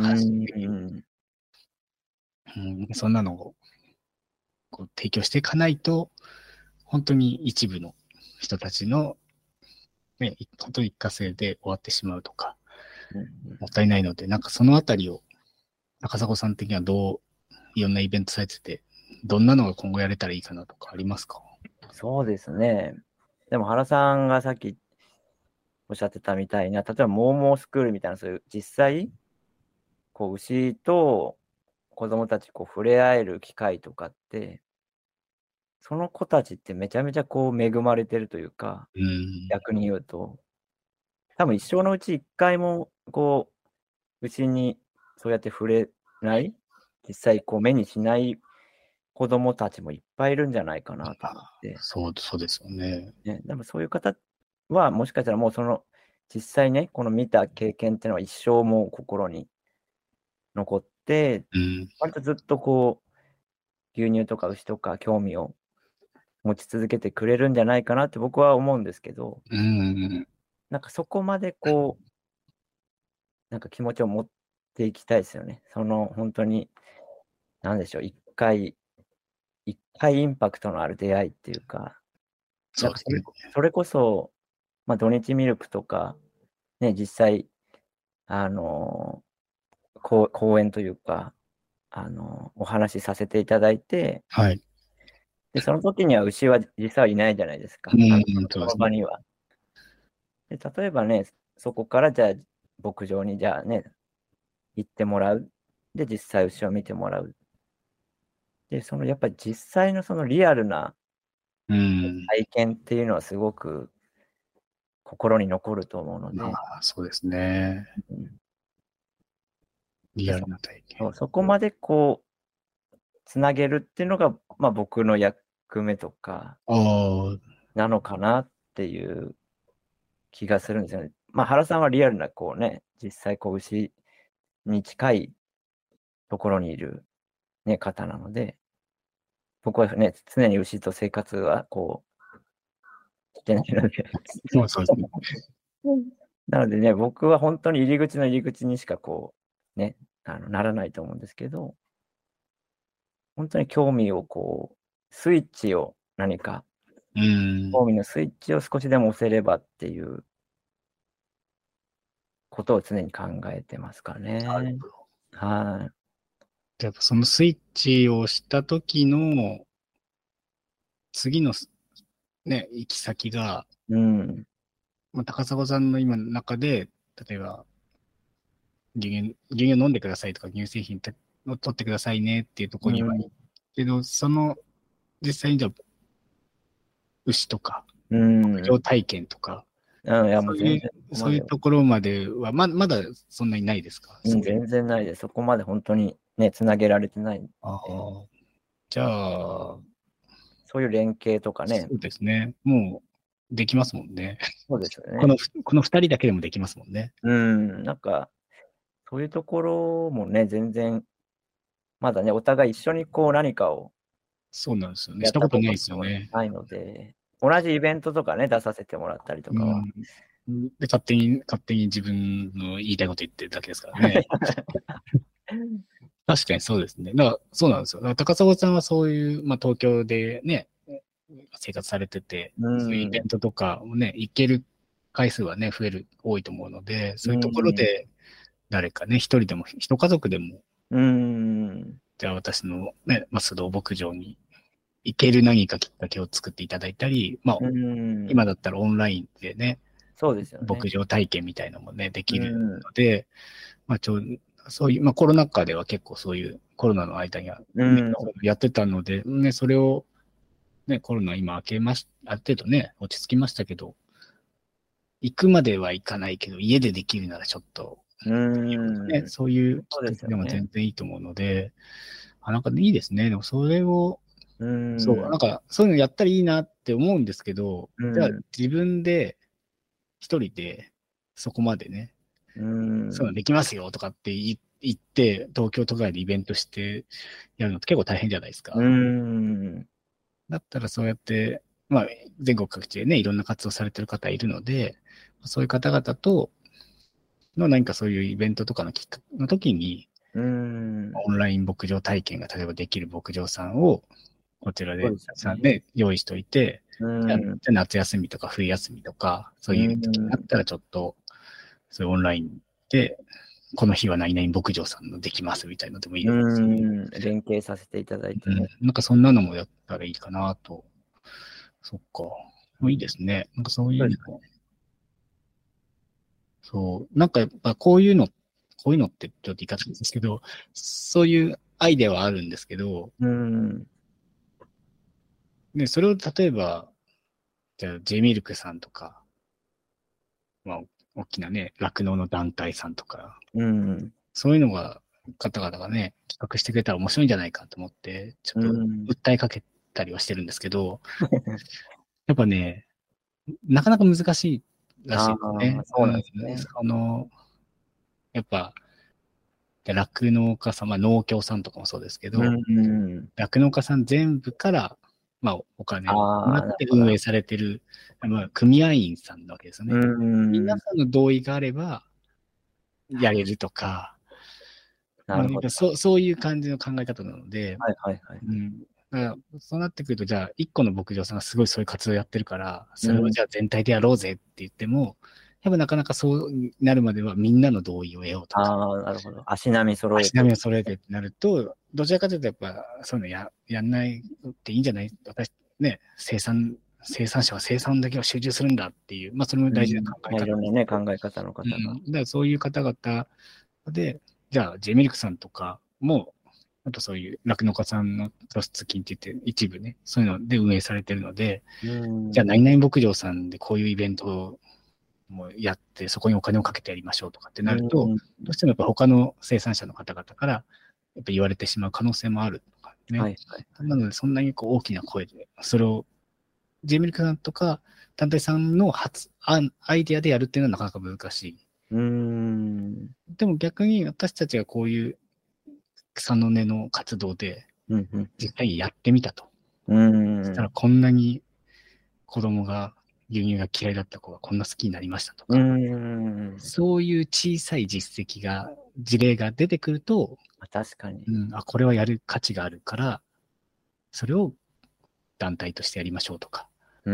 そんなのをこう提供していかないと、本当に一部の人たちの、ね、本当に一過性で終わってしまうとか、もったいないので、なんかそのあたりを、中迫さん的にはいろんなイベントされてて、どんなのが今後やれたらいいかなとかありますか？ そうですね。でも原さんがさっきおっしゃってたみたいな、例えばモーモースクールみたいな、そういう実際、こう牛と子供たちこう触れ合える機会とかって、その子たちってめちゃめちゃこう恵まれてるというか、逆に言うと、多分一生のうち一回もこう、牛にそうやって触れない、実際こう目にしない子供たちもいっぱいいるんじゃないかなと思って。 そうですよね。 でもそういう方は、もしかしたらもうその、実際ね、この見た経験っていうのは一生もう心に残って、割とずっとこう、牛乳とか牛とか興味を持ち続けてくれるんじゃないかなって僕は思うんですけど、なんかそこまでこう、なんか気持ちを持っていきたいですよね。その本当に、なんでしょう、一回インパクトのある出会いっていうか、なんかそれこそ、土日ミルクとか、ね、実際、講演というか、お話しさせていただいて、で、その時には牛は実際はいないじゃないですか。その場には。で、例えばね、そこからじゃあ、牧場にじゃあね、行ってもらう。で、実際牛を見てもらう。で、そのやっぱり実際のそのリアルな体験っていうのはすごく心に残ると思うので。 そうですね。リアルな体験。 そこまでこう、つなげるっていうのが、僕の役目とか、なのかなっていう気がするんですよね。原さんはリアルなこうね、実際こう牛に近いところにいるね、方なので、僕はね、常に牛と生活はこう、してないので。なのでね、僕は本当に入り口にしかこう、ね、ならないと思うんですけど、本当に興味をこう、スイッチを何か、興味のスイッチを少しでも押せればっていうことを常に考えてますかね。はい。 やっぱそのスイッチをした時の次のね、行き先が、高砂さんの今の中で、例えば、牛乳飲んでくださいとか、乳製品を取ってくださいねっていうところには、けど、実際にじゃあ、牛とか、牧場体験とか、そういうところまでは、まだそんなにないですか？ 全然ないです。そこまで本当にね、つなげられてない。 じゃじゃあ、 そういう連携とかね。 そうですね。もう、できますもんね。 そうですよこの、 ね。 この二人だけでもできますもんね。 なんか、そういうところもね、全然、まだね、お互い一緒にこう何かをそうなんですよね。 やったことしたことないでってのがすよね。 ないので、同じイベントとかね、出させてもらったりとかは。 うん。で、勝手に自分の言いたいこと言ってるだけですからね。確かにそうですね。だから、そうなんですよ。だから高砂さんはそういう、まあ、東京でね、生活されてて、 うそういうイベん、 ントとかもね、行ける回数はね、多いと思うので、そういうところうん、 で、誰かね、一人でも、一家族でも、 うん、 じゃあ私のね、まあ、須藤牧場に行ける何かきっかけを作っていただいたり、まあ、 うん、 今だったらオンラインでね、 そうですよね。 牧場体験みたいなのもね、でうきるん、 ので、まあ、そういう、まあ、コロナ禍では結構そういうコロナの間には、ね、 うん、 やってたので、ね、それを、ね、コロナ今明けまし、ある程度ね、落ち着きましたけど、行くまではいかないけど、家でできるならちょっと、 うね、 ん、 そういうきっそうでかけでもすよね。 全然いいと思うので、なんかいいですね。でもそれを、 うそう、 ん、 そういうのやったらいいなって思うんですけど、じゃあうん、 自分で一人でそこまでね、 うそういうのん、 できますよとかって言って、東京都外でイベントしてやるのって結構大変じゃないですうか。 ん、 だったらそうやって、まあ、全国各地でね、いろんな活動されてる方いるので、そういう方々との何かそういうイベントとかのきっかけの時に、 うん、 オンライン牧場体験が例えばできる牧場さんを、こちらそうでですよね。 さんで用意しといて、 うじゃあん、 夏休みとか冬休みとか、そうういう時になっん、 たらちょっと、そういうオンラインで、この日は何々牧場さんのできますみたいなのでもいいうですし、 ん、連携させていただいてね。 なんかそんなのもやったらいいかなと。そっか。もういいですね。なんかそういうのも、 そうですね。 そう、なんかやっぱこういうのってちょっと言い方ですけど、そういうアイデアはあるんですけど、 うん、 で、それを例えば、じゃあ J ミルクさんとか、まあ、大きなね、酪農の団体さんとか、 うん、 そういうのが、方々がね、企画してくれたら面白いんじゃないかと思って、ちょっうとん。 訴えかけたりはしてるんですけど、やっぱね、なかなか難しいらしあいですあ、 ね。 そうなんですね。 やっぱ、酪農家さん、まあ農協さんとかもそうですけうど、 ん。 酪農家さん全部から、まあお金をもらああ、なるほど。 って運営されてる、まあ組合員さんなわけですようね。皆ん。 さんの同意があればやれるとか、まあ、 なるほど。 そういう感じの考え方なので、 はいはいはい。 うん。だからそうなってくると、じゃあ、一個の牧場さんがすごいそういう活動やってるから、 うん。 それをじゃあ全体でやろうぜって言っても、やっぱなかなかそうなるまではみんなの同意を得ようとか、 ああ、なるほど。足並み揃えて。 足並みを揃えてってなると、どちらかというとやっぱそういうのやんないっていいんじゃない私、ね、生産者は生産だけを集中するんだっていう、まあそれも大事なうん。 考えまあ、い方ろんなね、 ですけど、 考え方の方が。 だからそういう方々で、じゃあ、J ミルクさんとかも、あとそういう酪農家さんの拠出金って言って、一部ね、そういうので運営されてるので、 うじゃあ、 ん。 何々牧場さんでこういうイベントをもやって、そこにお金をかけてやりましょうとかってなると、 うん。 どうしてもやっぱ他の生産者の方々から、やっぱ言われてしまう可能性もあるとかね。 はいはい。 なので、そんなにこう大きな声で、それを J ミルクさんとか団体さんのアイデアでやるっていうのはなかなか難しい。 うん。 でも逆に私たちがこういう草の根の活動でうん。うん。 実際にやってみたと。 うそしたらん。 こんなに子供が牛乳が嫌いだった子がこんな好きになりましたとうか、 ん。 そういう小さい実績が、事例が出てくると、 確かに。 これはやる価値があるから、それを団体としてやりましょうとか、 うん。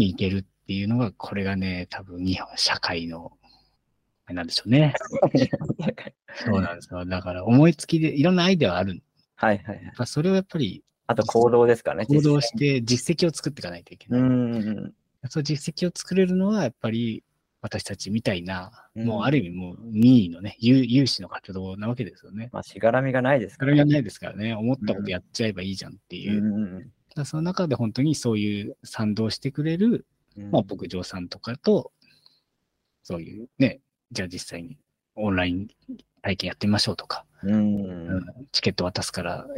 に行けるっていうのが、これがね、多分日本社会の、あれなんでしょうね。そうなんですよ。だから思いつきでいろんなアイデアはある。 はいはいはい。 それをやっぱりあと行動ですかね、 行動し実践。 て実績を作っていかないといけうない。 ん。 そう実績を作れるのは、やっぱり私たちみたいな、 うん。 もうある意味もう任意のね、有志の活動なわけですよね。 まあ、しがらみがないですからね。 それがないですからね、思ったことうん。 やっちゃえばいいじゃんってういう。 ん。 その中で本当にそういう賛同してくれる、まあ、 うん。 牧場さんとかと、そういうね、じゃあ実際にオンライン体験やってみましょうとか、 うん。 チケット渡すから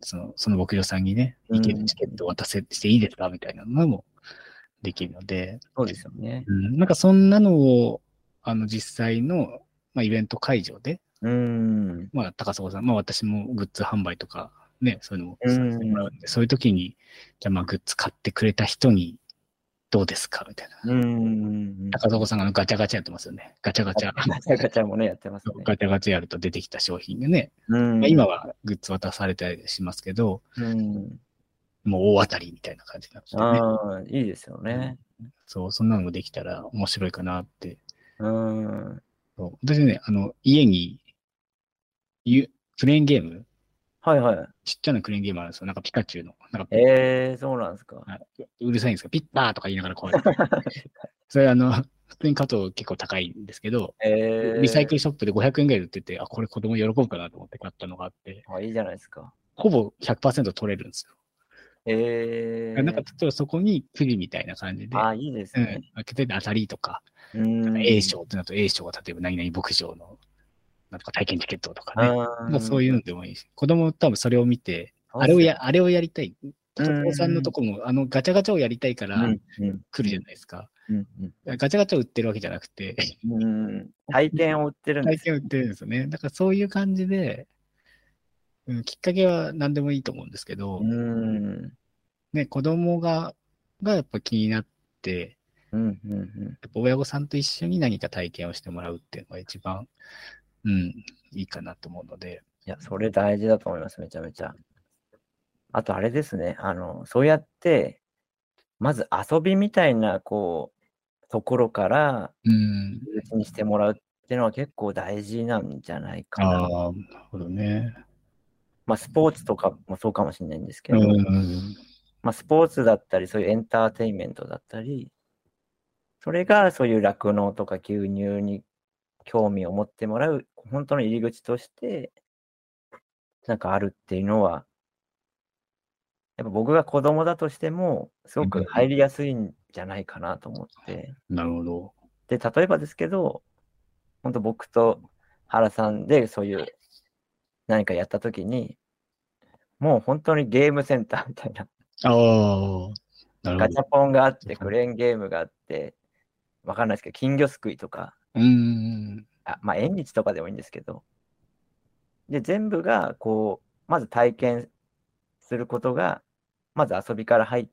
その牧場さんにね、行けるチケットを渡せしていいですかみたいなのもできるので、 そうですよね。 なんかそんなのを、実際の、まあ、イベント会場で、まあ、高砂さん、まあ、私もグッズ販売とか、ね、そういうのもさせてもらうんで、そういう時に、じゃあまあ、グッズ買ってくれた人に、どうですかみたいな。高砂さんがガチャガチャやってますよね。ガチャガチャ。 ガチャガチャもね、やってますね。 ガチャガチャやると出てきた商品でね。まあ、今はグッズ渡されたりしますけど、もう大当たりみたいな感じになってね。 ああ、いいですよね。 そう、そんなのもできたら面白いかなって。 うん。 そう私ね、家にクレーンゲーム、 はいはい。 ちっちゃなクレーンゲームあるんですよ。なんかピカチュウの。なんかそうなんですか。 うるさいんですかピッターとか言いながらこうやって。それ普通に買うと結構高いんですけど、リサイクルショップで500円ぐらいで売ってて、あ、これ子供喜ぶかなと思って買ったのがあって、 いいじゃないですか。 ほぼ100%取れるんですよ。なんか、例えばそこにくじみたいな感じで、 いいですね。 開けて当たりとか、A 賞ってなると A 賞が例えば何々牧場の、なんとか体験チケットとかね。まあそういうのでもいいし、子供多分それを見て、あれをやりたい。高藤さんのとこも、ガチャガチャをやりたいから来るじゃないですか。ガチャガチャを売ってるわけじゃなくて、 体験を売ってるんです。 体験を売ってるんですよね。だからそういう感じで、きっかけは何でもいいと思うんですけど、ね、子供がやっぱ気になって、やっぱ親御さんと一緒に何か体験をしてもらうっていうのが一番、いいかなと思うので。 いや、それ大事だと思います、めちゃめちゃ。あとあれですね、そうやって、まず遊びみたいな、ところから、にしてもらうっていうのは結構大事なんじゃないかな。 なるほどね。 まあ、スポーツとかもそうかもしれないんですけど、まあ、スポーツだったり、そういうエンターテインメントだったり、それがそういう酪農とか牛乳に興味を持ってもらう、本当の入り口として、なんかあるっていうのは、やっぱ僕が子供だとしても、すごく入りやすいんじゃないかなと思って。 なるほど。 で、例えばですけど、本当僕と原さんでそういう何かやったときに、もう本当にゲームセンターみたいな。 なるほど。 ガチャポンがあって、クレーンゲームがあって、わかんないですけど、金魚すくいとか、まあ、縁日とかでもいいんですけど、で、全部が、まず体験することが、まず遊びから入って、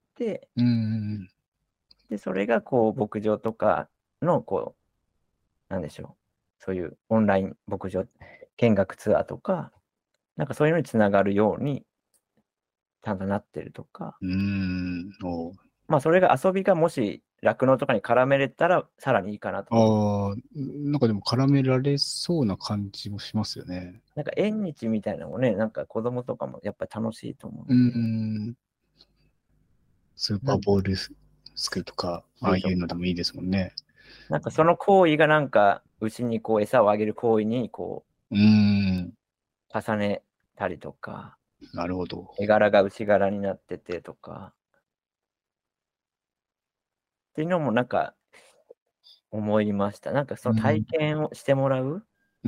で、それが、牧場とかの、なんでしょう、そういうオンライン牧場見学ツアーとか、なんかそういうのにつながるように、ちゃんとなってるとか。まあ、それが遊びがもし酪農とかに絡めれたら、さらにいいかなと。 なんかでも絡められそうな感じもしますよね。 なんか縁日みたいなのもね、なんか子供とかもやっぱり楽しいと思うので。 スーパーボールすくいとか、ああいうのでもいいですもんね。 なんかその行為がなんか、牛に餌をあげる行為に重ねたりとか、 なるほど。 絵柄が牛柄になっててとか、っていうのもなんか思いました。なんかその体験をしてもらう。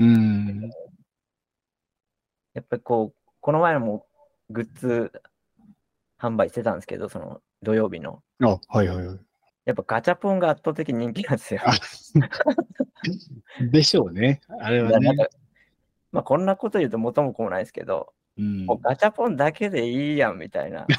やっぱりこの前もグッズ販売してたんですけど、その土曜日の。 はい。 やっぱガチャポンが圧倒的に人気なんですよ。 でしょうね。あれはね。 まあこんなこと言うと元も子もないですけど、もうガチャポンだけでいいやんみたいな。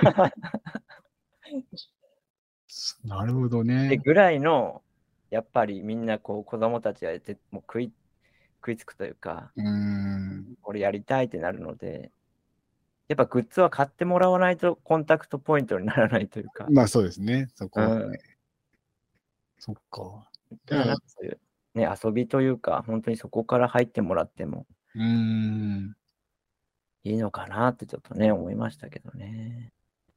なるほどね。 ぐらいの、やっぱりみんな子供たちはもう食いつくというか、これやりたいってなるので、やっぱグッズは買ってもらわないとコンタクトポイントにならないというか。 まあそうですね。そこはね。そっか。 なんかそういうね、遊びというか、本当にそこから入ってもらってもいいのかなってちょっとね、思いましたけどね。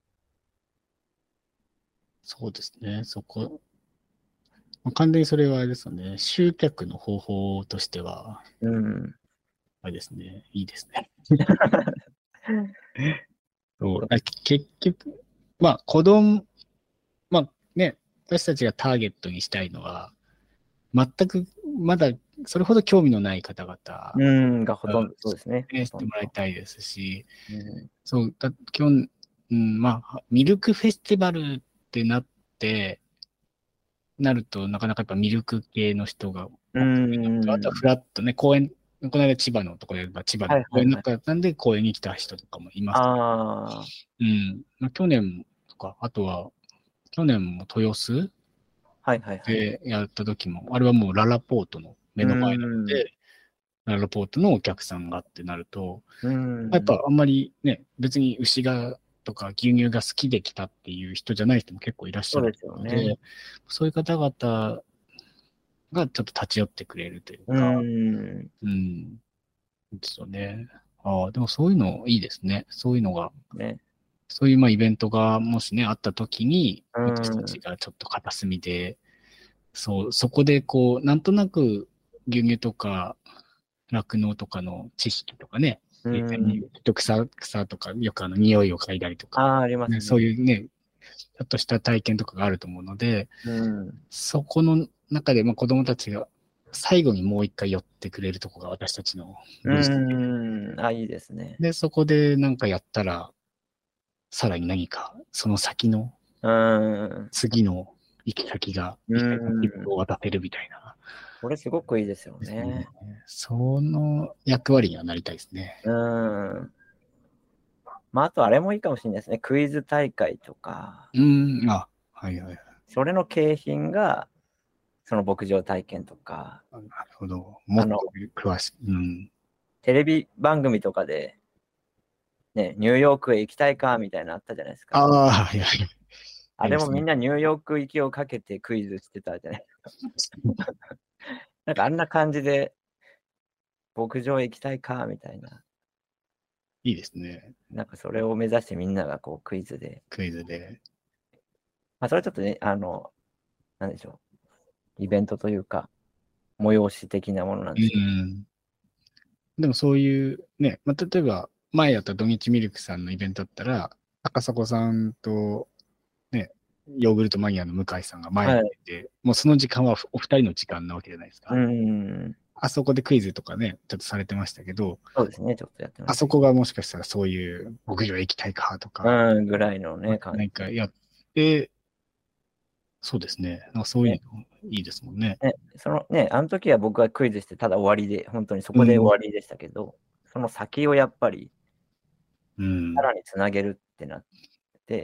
そうですね。そこ。完全にそれはあれですよね。集客の方法としては、あれですね。いいですね。結局、まあ子供、まあね、私たちがターゲットにしたいのは、全くまだそれほど興味のない方々 がほとんどそうですね。 ね、してもらいたいですし、 うん、 そう、今日、まあ、ミルクフェスティバルってなると、なかなかやっぱミルク系の人がう多くて、あとはん、 フラットね、公園、この間千葉のところで言えば千葉の公園のはいはいはい。 中なんで公園に来た人とかもいます。 ああ、 うん。まあ、去年とか、あとは、去年も豊洲はいはいはい。 でやった時も、あれはもうララポートの目うの前なのん、 で、ララポートのお客さんがってなると、 うやっん、 ぱあんまりね、別に牛がとか牛乳が好きで来たっていう人じゃない人も結構いらっしゃるそうですよので、 ね。 そういう方々がちょっと立ち寄ってくれるといううか、 ん、 うん、ですよね。ああ、でもそういうのいいですね。そういうのが、 ね。 そういうまあイベントがもしね、あった時に、 う私たちん、 がちょっと片隅で、そう、そこでこう、なんとなく牛乳とか酪農とかの知識とかね、 う実際にん。 草とか、よく匂いを嗅いだりとか、 ああ、ありまね、 すね。 そういうね、ちょっとした体験とかがあると思うので、 うん、 そこの中で、まあ、子供たちが最後にもう一回寄ってくれるとこが私たちのブースうん、あ、いいですね。 で、そこでなんかやったら、さらに何か、その先のうん、 次の行き先が、 う行き先の切符ん。 を渡せるみたいな。 これすごくいいですよですね。 ね。 その役割にはなりたいですね。 うん。まあ、あとあれもいいかもしれないですね。クイズ大会とか、 はいはいはい。 それの景品が、その牧場体験とか、 なるほど。もあの、 っと詳しい。うん。 テレビ番組とかで、ね、ニューヨークへ行きたいかみたいなのあったじゃないですか。 ああ、はいはい。ああれもみんりましたね。 なニューヨーク行きをかけてクイズしてたじゃない。なんかあんな感じで、牧場へ行きたいかみたいな。 いいですね。 なんかそれを目指してみんながこうクイズで。 クイズで。 まあ、それはちょっとね、なんでしょう。イベントというか、催し的なものなんうですけど。 ん。でもそういうね、まあ、例えば、前やったドミチミルクさんのイベントだったら、赤迫さんとね、ヨーグルトマニアの向井さんが前にはい。 出て、もうその時間はお二人の時間なわけじゃないですうか。 ん。 あそこでクイズとかね、ちょっとされてましたけど、 そうですね、ちょっとやってまあしたけそこがもしかしたらそういう牧場へ行きたいかとど。 か、 うん、ぐらいのね、感何かやって、そうですね。なんかそうじで。 いうのいいですもんね。 ね、そのね、あの時は僕がクイズしてただ終わりで、本当にそこで終うん。 わりでしたけど、その先をやっぱりうん。 さらにつなげるってなって、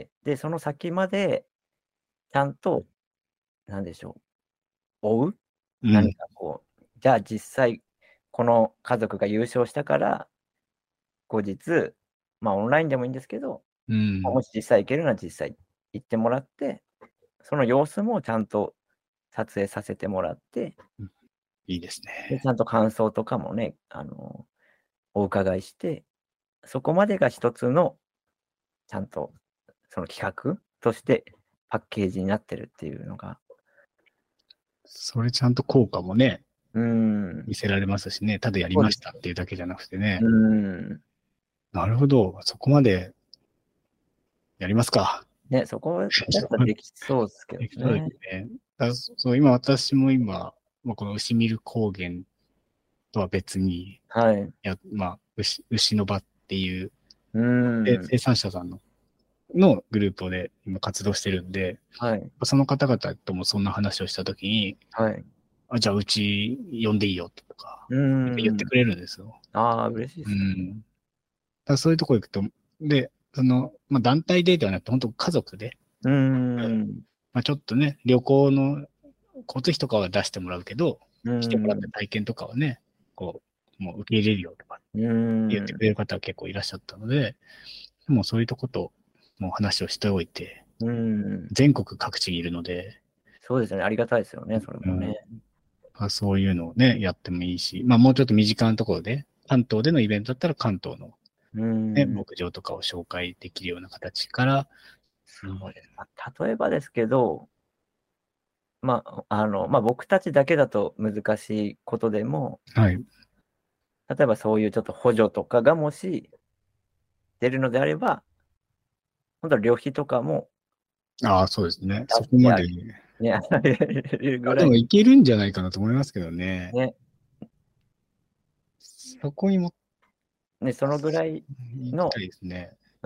で、その先までちゃんと、なんでしょう、追う？何うん。 かこう、じゃあ実際この家族が優勝したから、後日、ま、オンラインでもいいんですけど、ま、 うん。 もし実際行けるなら実際行ってもらって、その様子もちゃんと撮影させてもらって、 いいですで、ちね。 ゃんと感想とかもね、お伺いして、そこまでが一つの、ちゃんとその企画としてパッケージになってるっていうのが、 それちゃんと効果もね、 うーん、 見せられますしね、ただやりそうです。 ましたっていうだけじゃなくてうね。 ーん。 なるほど。そこまでやりますか。 ね、そこだったらできそうですけどできそうでね。 すね。そう、今私も今、まあ、この牛見る高原とは別に、 はい。 まあ、牛の場っていう、 うーん。 生産者さんのグループで今活動してるんで、 はい。 その方々ともそんな話をしたときに、 はい。 じゃあうち呼んでいいよとか、 うーん。 やっぱ言ってくれるんですよ。 ああ、嬉しいでうすね。 ん。だからそういうとこ行くと、で、まあ、団体でではなくて、本当家族で、 うーうん、 ん。 まあ、ちょっとね、旅行の交通費とかは出してもらうけど、 うー来てもらったん。 体験とかはね、こもう受け入れるよとかうー言ってくん。 れる方は結構いらっしゃったので、もうそういうとこともう話をしておいて、 うーん。 全国各地にいるので、 そうですよね、ありがたいですよね、それうん、 もね。 そういうのをね、やってもいいし、まあもうちょっと身近なところで、関東でのイベントだったら関東の、 うーね、 ん。 牧場とかを紹介できるような形から、うん、 そうです。ま、例えばですけど、僕たちだけだと難しいことでも、 はい。 例えばそういうちょっと補助とかがもし出るのであれば、ほんとは旅費とかもああ、そうですね。 出そこまでしてあげる。 ね、与えるぐらい、 でもいけるんじゃないかなと思いますけどね。 ね、 そこにもね、そのぐらいの、 行きたいですね。 うん、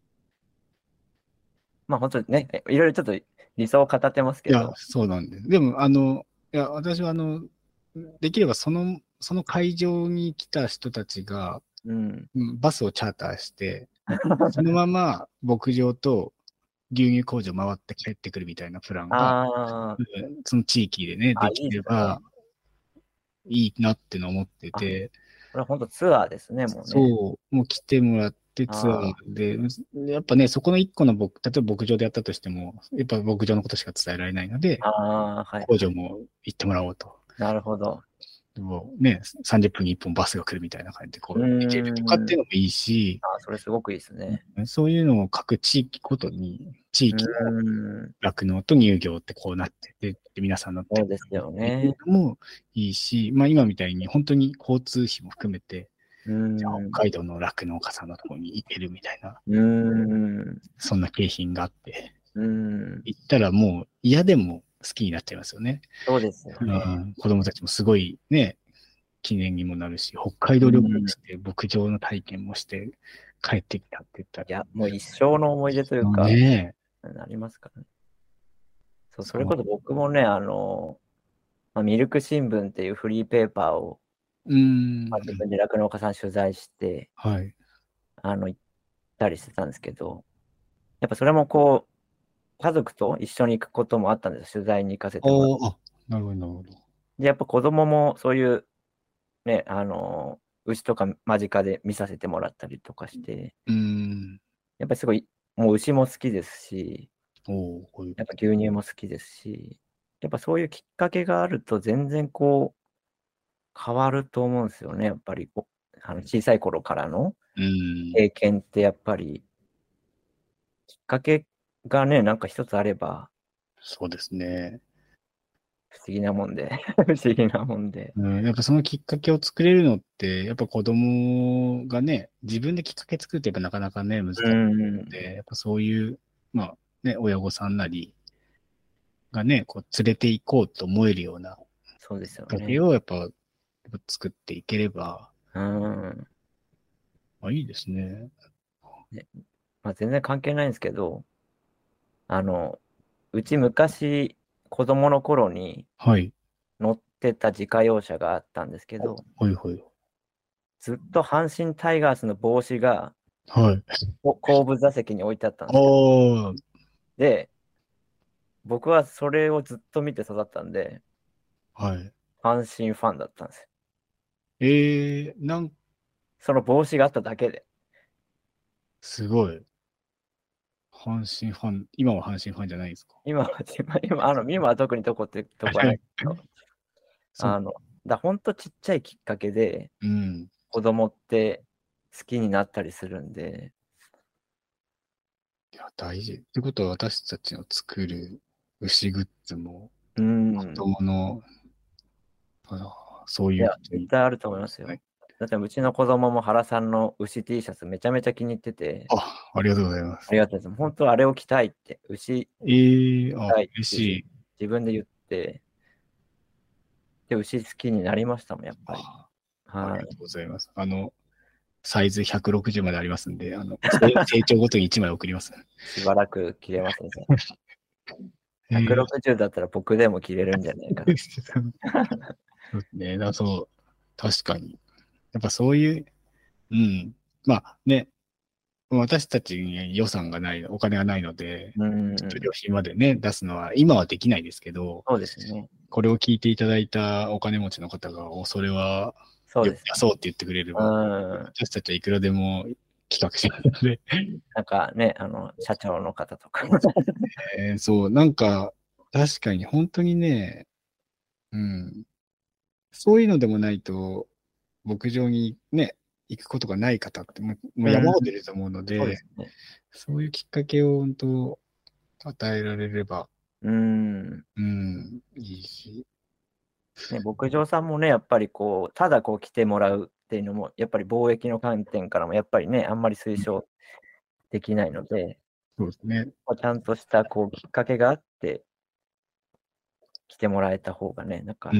まあ本当にね、いろいろちょっと理想を語ってますいや、 けど、 そうなんです。でも、いや、私はできればその会場に来た人たちが、 うん。 バスをチャーターして、そのまま牧場と牛乳工場回って帰ってくるみたいなプランが、 あその地域でね、 あ、 できいいっすね。 ればいいなっての思ってあ、 て、 これは本当ツアーですね、もうね。 そう、もう来てもらってツアあーで、やっぱね、そこの一個の例えば牧場でやったとしても、やっぱ牧場のことしか伝えられないので、 あ、ああ、はいはい。 工場も行ってもらおうと。 なるほど。 でもね、30分に1本バスが来るみたいな感じでこうーう行けるとかっていうん。 のもいいし、 あ、それすごくいいですね。 そういうのを各地域ごとに、地う域のーん。 酪農と乳業ってこうなってて、で皆さん乗ってるそうですよっていうね。 のもいいし、まあ今みたいに本当に交通費も含めて、 うーじゃあん。 北海道の酪農家さんのところに行けるみたいな、 うーん。 そんな景品があって、 うーん。 行ったらもう嫌でも好きになっちゃいますよね。 そうですよね。 子供たちもすごいね、記念にもなるし、北海う道旅行ん。 して、牧場の体験もして帰ってきたって言ったら、 いや、もう一生の思い出というか、 ねなりますからね。そう、それそう、 こそ僕もね、まあ、ミルク新聞っていうフリーペーパーを、まあ、自分で酪農家さん取材して、 はい。 行ったりしてたんですけど、やっぱそれもこう、家族と一緒に行くこともあったんです、取材に行かせてもらって。 あ、なるほど、なるほど。 で、やっぱ子供もそういうね、牛とか間近で見させてもらったりとかして、 うーん。 やっぱりすごい、もう牛も好きですし、 おお、こういう、 やっぱ牛乳も好きですし、やっぱそういうきっかけがあると全然こう変わると思うんですよね、やっぱり小さい頃からのうーん。 経験ってやっぱり、きっかけがね、なんか一つあればそうですね。 不思議なもんで不思議なもんで。 やっぱそのきっかけを作れるのって、やっぱ子供がね、自分できっかけ作ってやっぱなかなかね、難しいうーん、 ので、やっぱそういう、まあね、親御さんなりがね、こう連れて行こうと思えるようなそうですきっかけよね。 をやっぱ作っていければ、 うーん。 いいですね。 ね、ま、全然関係ないんすけど、あの、うち昔、子供の頃にはい。 乗ってた自家用車があったんですけど、 はいはい。 ずっと阪神タイガースの帽子が、 はい。 後部座席に置いてあったんですよ。 ああ、 で、僕はそれをずっと見て育ったんで、 はい。 阪神ファンだったんですよ。 すその帽子があっただけで。 ごい。阪神ファン、今は阪神ファンじゃないですか。 今は今は特にどこってとこはないけど、 そう。 あの、ほんとちっちゃいきっかけで、 うん。 子供って好きになったりするんで、 いや、大事。ってことは私たちの作る牛グッズも、 うー子ん。 供の、そういや、 いうことに、 絶対あると思いますよ。だってうちの子供も原さんの牛 T シャツめちゃめちゃ気に入ってて、 ありがとうございます。 ありがたいです。ほんとあれを着たいって、牛着たいって嬉しい。 自分で言って、で、牛好きになりましたもん、やっぱり。はい。 ありがとうございます。サイズ160までありますんで、成長ごとに1枚送ります。 しばらく着れますね、 えー、 160だったら僕でも着れるんじゃないかな。 そうですね。そう、確かに。やっぱそういう、うん。まあね、私たちに予算がない、お金がないので、 うーん、 旅費までね、出すのは、今はできないですけど、 そうですね。 これを聞いていただいたお金持ちの方が、それは、出そうです。 そうって言ってくれれうば、 ーん。 私たちはいくらでも企画しますので、 なんかね、社長の方とか。 そう、なんか、確かに本当にね、うん、そういうのでもないと、牧場にね、行くことがない方ってもううん、 山ほどいると思うのそうでで、 すね。 そういうきっかけを本当与えられれば、 うーん。 うん、いいし。 ね、牧場さんもね、やっぱりこう、ただこう来てもらうっていうのも、やっぱり貿易の観点からもやっぱりね、あんまり推うん、 奨できないので、 そうですね。 ちゃんとしたこうきっかけがあって、 来てもらえた方がね、なんか、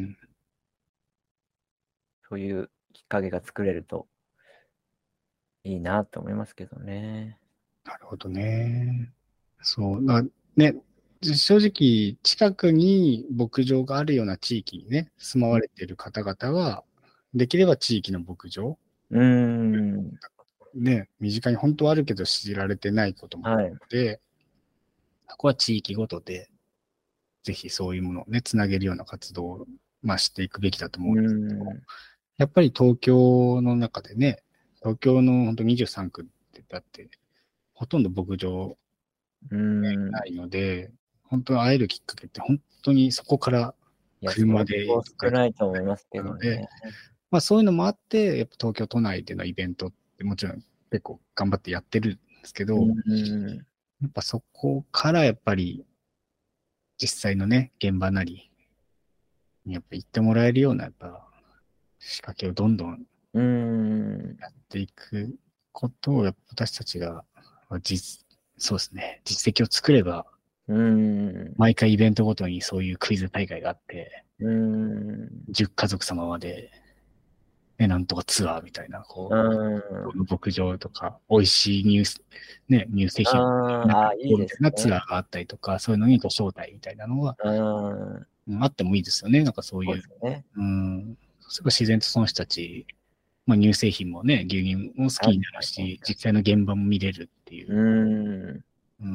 そういうきっかけが作れるといいなと思いますけどね。 なるほどね。そう。ね、正直、近くに牧場があるような地域にね、住まわれている方々は、できれば地域の牧場、 うーん。 ね、身近に本当はあるけど知られてないこともあるはい。 ので、そこは地域ごとで、ぜひそういうものをね、つなげるような活動を、していくべきだと思うんうですけど、 ーん。 やっぱり東京の中でね、東京の本当23区ってだって、ほとんど牧場うーん。 ないので、本当に会えるきっかけって本当にそこからいや、相車で当行く少ないと思いますけなので、 どね。 そういうのもあって、やっぱ東京都内でのイベントってもちろん結構頑張ってやってるんですけうど、 ーん。 やっぱそこからやっぱり実際のね、現場なりにやっぱ行ってもらえるようなやっぱ仕掛けをどんどんうーん。 やっていくことをやっぱ私たちがそうですね、実績を作れば、 うーん。 毎回イベントごとにそういうクイズ大会があって、 うーん。 10家族様まで、ね、なんとかツアーみたいな、 うーん。 牧場とか、美味しい乳製品、なんか、 ああ、いいみたいなツですね。 アーがあったりとか、そういうのにご招待みたいなのは、 うーん。 あってもいいですよね。なんかそうそういう、 ですよね。 すごい自然とその人たち、乳製品もね、牛乳も好き確になるかにし、 確か実際の現場も見れるっていに。 う、 うーん。 うん、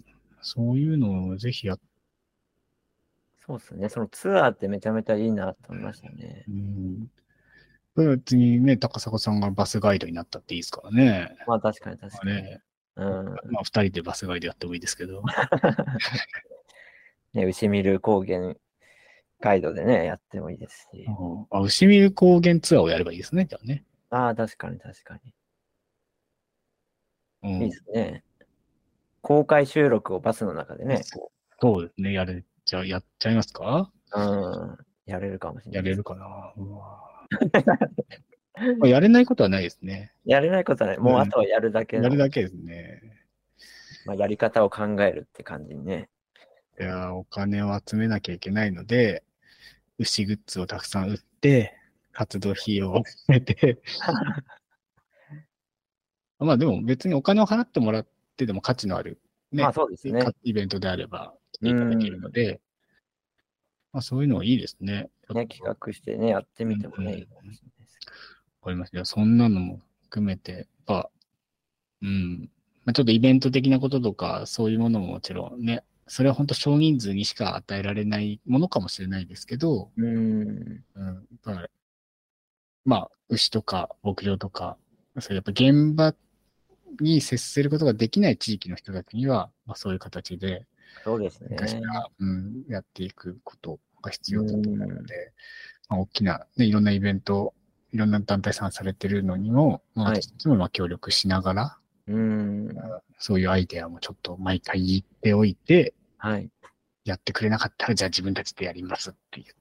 そういうのをぜひそうですね。そのツアーってめちゃめちゃいいなと思いましたね。 うん、別にね、高砂さんがバスガイドになったっていいですからね。 まあ確かに確かに。 ね、 うん。 二人でバスガイドやってもいいですけど。 ね、牛見る高原ガイドでね、やってもいいですし。 牛見高原ツアーをやればいいですね、じゃあね。 ああ、確かに確かに。いいでうん。 すね。公開収録をバスの中でね、 そうですね、やっちゃいますか？ やれるかもしれないです。 やれるかな。うわやれないことはないですね。 やれないことはない。もうあうん。 とはやるだけの、 やるだけですね。 やり方を考えるって感じにね。 いや、お金を集めなきゃいけないので、牛グッズをたくさん売って、活動費用を集めて、でも別にお金を払ってもらってでも価値のあるまあね、 そうですね。 イベントであれば来てういただけるのん。 で、そういうのはいいですね。ちょっね、企と、 画してね、やってうん、 みてもね、いいかもしれないです。 わかりました。そんなのも含めて、うん。ちょっとイベント的なこととか、そういうものももちろんね、それは本当少人数にしか与えられないものかもしれないですけど、 うん。 やっぱ牛とか牧場とか、そうやっぱ現場に接することができない地域の人たちには、そういう形で、 そうです何かしね。 ら、やっていくことが必う要だと思うのん。 で、大きな、ね、いろんなイベント、いろんな団体さんされてるのにも、 はい。 私たちも協力しながら、 うん。 そういうアイデアもちょっと毎回言っておいて、 はい。 やってくれなかったら、じゃあ自分たちでやりますっていう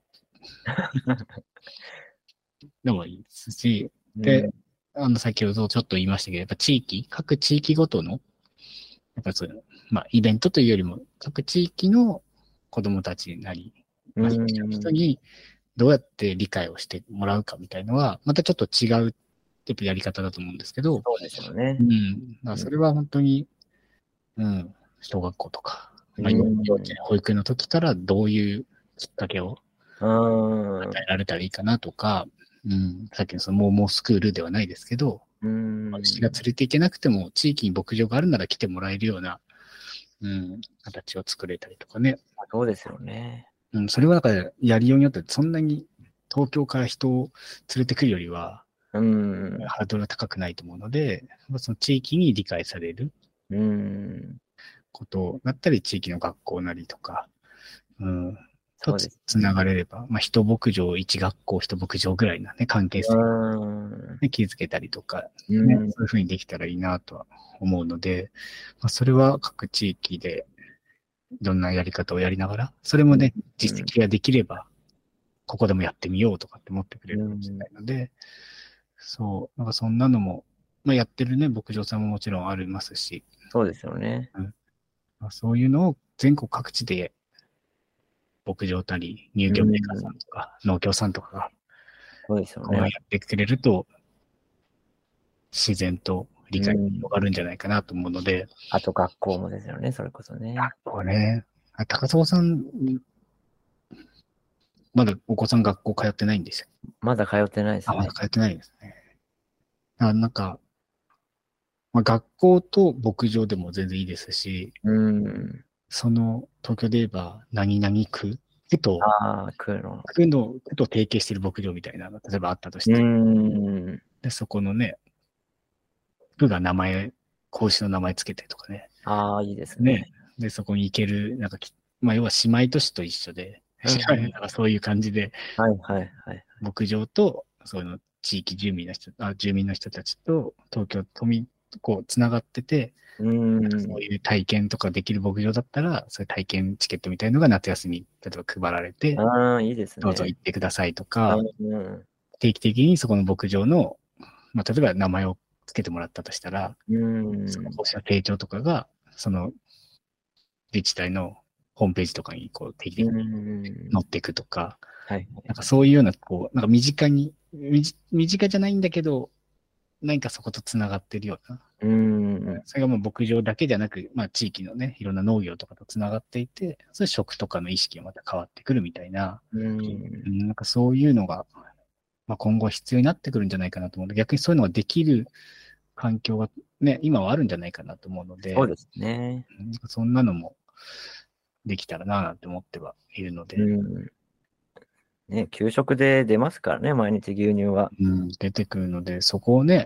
のもいいですし、で、 うん。 先ほどちょっと言いましたけど、やっぱ各地域ごとの、やっぱそういう、イベントというよりも、各地域の子供たちなり、 う被害者の人ん。 にどうやって理解をしてもらうかみたいのは、またちょっと違うやり方だと思うんですけど、 そうですよね。 うん。それは本当に、小学校とか、 う幼稚園、 ん。 保育園の時からどういうきっかけをうん。 与えられたらいいかなとか、さっきのそのモースクールではないですけど、 うん。 牛が連れて行けなくても、地域に牧場があるなら来てもらえるような、形を作れたりとかね。 そうですよね。 それはだからやりようによってそんなに東京から人を連れてくるよりは、 うん。 ハードルは高くないと思うので、その地域に理解されるうん。 ことだったり、地域の学校なりとか、うん、 そうですつながれれば、一牧場、一学校、一牧場ぐらいなね、関係性を、 うん。 ね、築けたりとか、ね、 うん。 そういうふうにできたらいいなとは思うので、それは各地域でいろんなやり方をやりながら、それもね、実績ができれば、ここでもやってみようとかって思ってくれるかもしれないので、そう、なんかそんなのも、やってるね、牧場さんももちろんありますし、 そうですよね。 そういうのを全国各地で牧場たり、乳業メーカーさんとか、農協さんとかが、 そうですよこうやね。 ってくれると、自然と理解が広がるんじゃないかなと思うので、 あと学校もですよね、それこそね。 これね、高砂さん、まだお子さん学校通ってないんですよ。 まだ通ってないですあ、まだね。 通ってないんですね。なんか、まあ、学校と牧場でも全然いいですし、 うん。 その東京で言えば何々区と、 ああ、来るの。 区と提携している牧場みたいなのが例えばあったとしうて、 ん。 で、そこのね、区が名前、子牛の名前つけてとかね、 ああ、いいですね、 ね。 で、そこに行ける、なんかまあ、要は姉妹都市と一緒で、 うんなんかそういう感じで、 はいはいはい。 牧場と、そういうの地域住民の人たちと東京都民、こう、つながってて、 うなんかそうん。 いう体験とかできる牧場だったら、そういう体験チケットみたいのが夏休み、例えば配られて、 ああ、いいですね。 どうぞ行ってくださいとか、 うん。 定期的にそこの牧場の、まあ、例えば名前をつけてもらったとしたら、 うそのん。 放射成長とかが、その自治体のホームページとかにこう定期う的にん。 載っていくとか、 はい。 なんかそういうような、こう、なんか身近じゃないんだけど、何かそことつながってるような、 うん。 それがもう牧場だけじゃなく、まあ地域のね、いろんな農業とかとつながっていて、それ食とかの意識がまた変わってくるみたいな、 うん。 なんかそういうのが、まあ、今後必要になってくるんじゃないかなと思うので、逆にそういうのができる環境がね、今はあるんじゃないかなと思うので、 そうですね。 なんかそんなのもできたらななんて思ってはいるので、 うん。ね、給食で出ますからね、毎日牛乳は。 出てくるので、そこをね、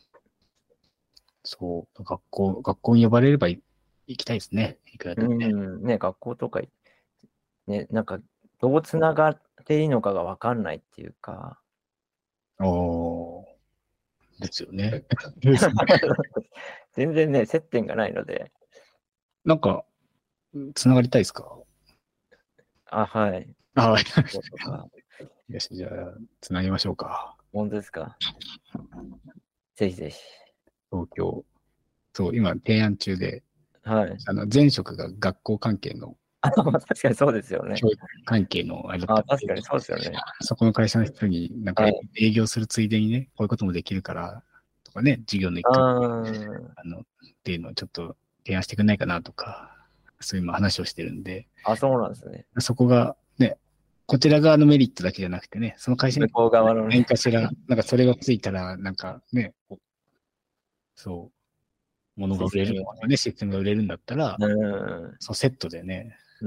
そう、学校に呼ばれれば行きたいですね。いくらうでもね。 ん。ね、学校とか、ね、なんか、どうつながっていいのかがわかんないっていうか。 おー、ですよね。ですね。 全然ね、接点がないので。 なんか、つながりたいですか？ あ、はい。 あ、 そうとか。 よし、じゃあ、つなぎましょうか。 本当ですか。ぜひぜひ。 東京。そう、今、提案中で、 はい。 前職が学校関係の、 あ、まあ確かにそうですよね。 教育関係のあれだったあ、 んで、 確かにそうですよね。 そこの会社の人に、なんかはい。 営業するついでにね、こういうこともできるから、とかね、授業の一あ環、 ーっていうのをちょっと提案してくれないかなとか、そういう今話をしてるんで、 あ、そうなんですね。 そこがね、こちら側のメリットだけじゃなくてね、その会社に向こう側のね。 何かしら、なんかそれがついたら、なんかね、そう、物が売れる、 システムがね。 システムが売れるんだったら、 うん。 そうセットでね、 うん。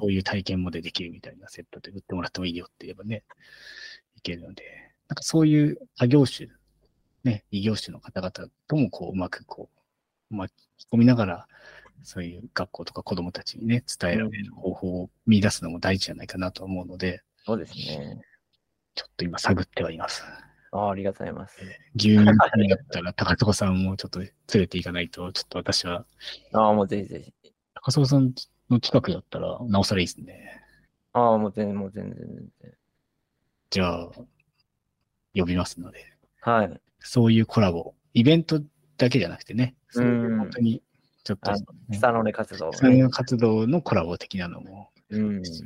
そういう体験までできるみたいなセットで売ってもらってもいいよって言えばね、いけるので、なんかそういう他業種、ね、異業種の方々ともこう、うまくこう、巻き込みながら、そういう学校とか子供たちにね、伝えられる方法を見出すのも大事じゃないかなと思うので、 そうですね。 ちょっと今探ってはいます。 ありがとうございます。 牛乳になったら高砂さんもちょっと連れて行かないと、ちょっと私は、 もうぜひぜひ。 高砂さんの近くだったらなおさらいいですね。 もう全然全然。 じゃあ、呼びますので、 はい。 そういうコラボ、イベントだけじゃなくてね、 うそういう本ん。 当にちょっとね、 草の根活動をね。 草の活動のコラボ的なのも、 うん。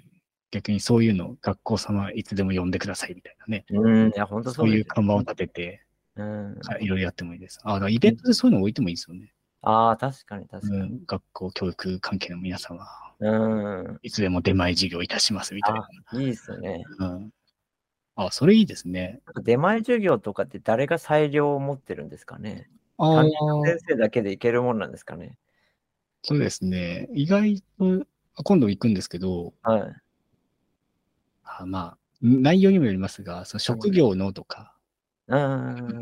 逆にそういうの学校様いつでも呼んでくださいみたいなね、 うん。いや、本当そういうそうですよ。 看板を立てて、 うん。 いろいろやってもいいです。だからイベントでそういうの置いてもいいですよね。 確かに確かに。 学校教育関係の皆様、 うん。 いつでも出前授業いたしますみたいいいっすね。 な。それいいですね。 出前授業とかって誰が裁量を持ってるんですかね。 あ担あ、 任の先生だけでいけるもんなんですかね。 そうですね。意外と、今度行くんですけど、 はい。 まあ、内容にもよりますが、その職業のとか、 うん。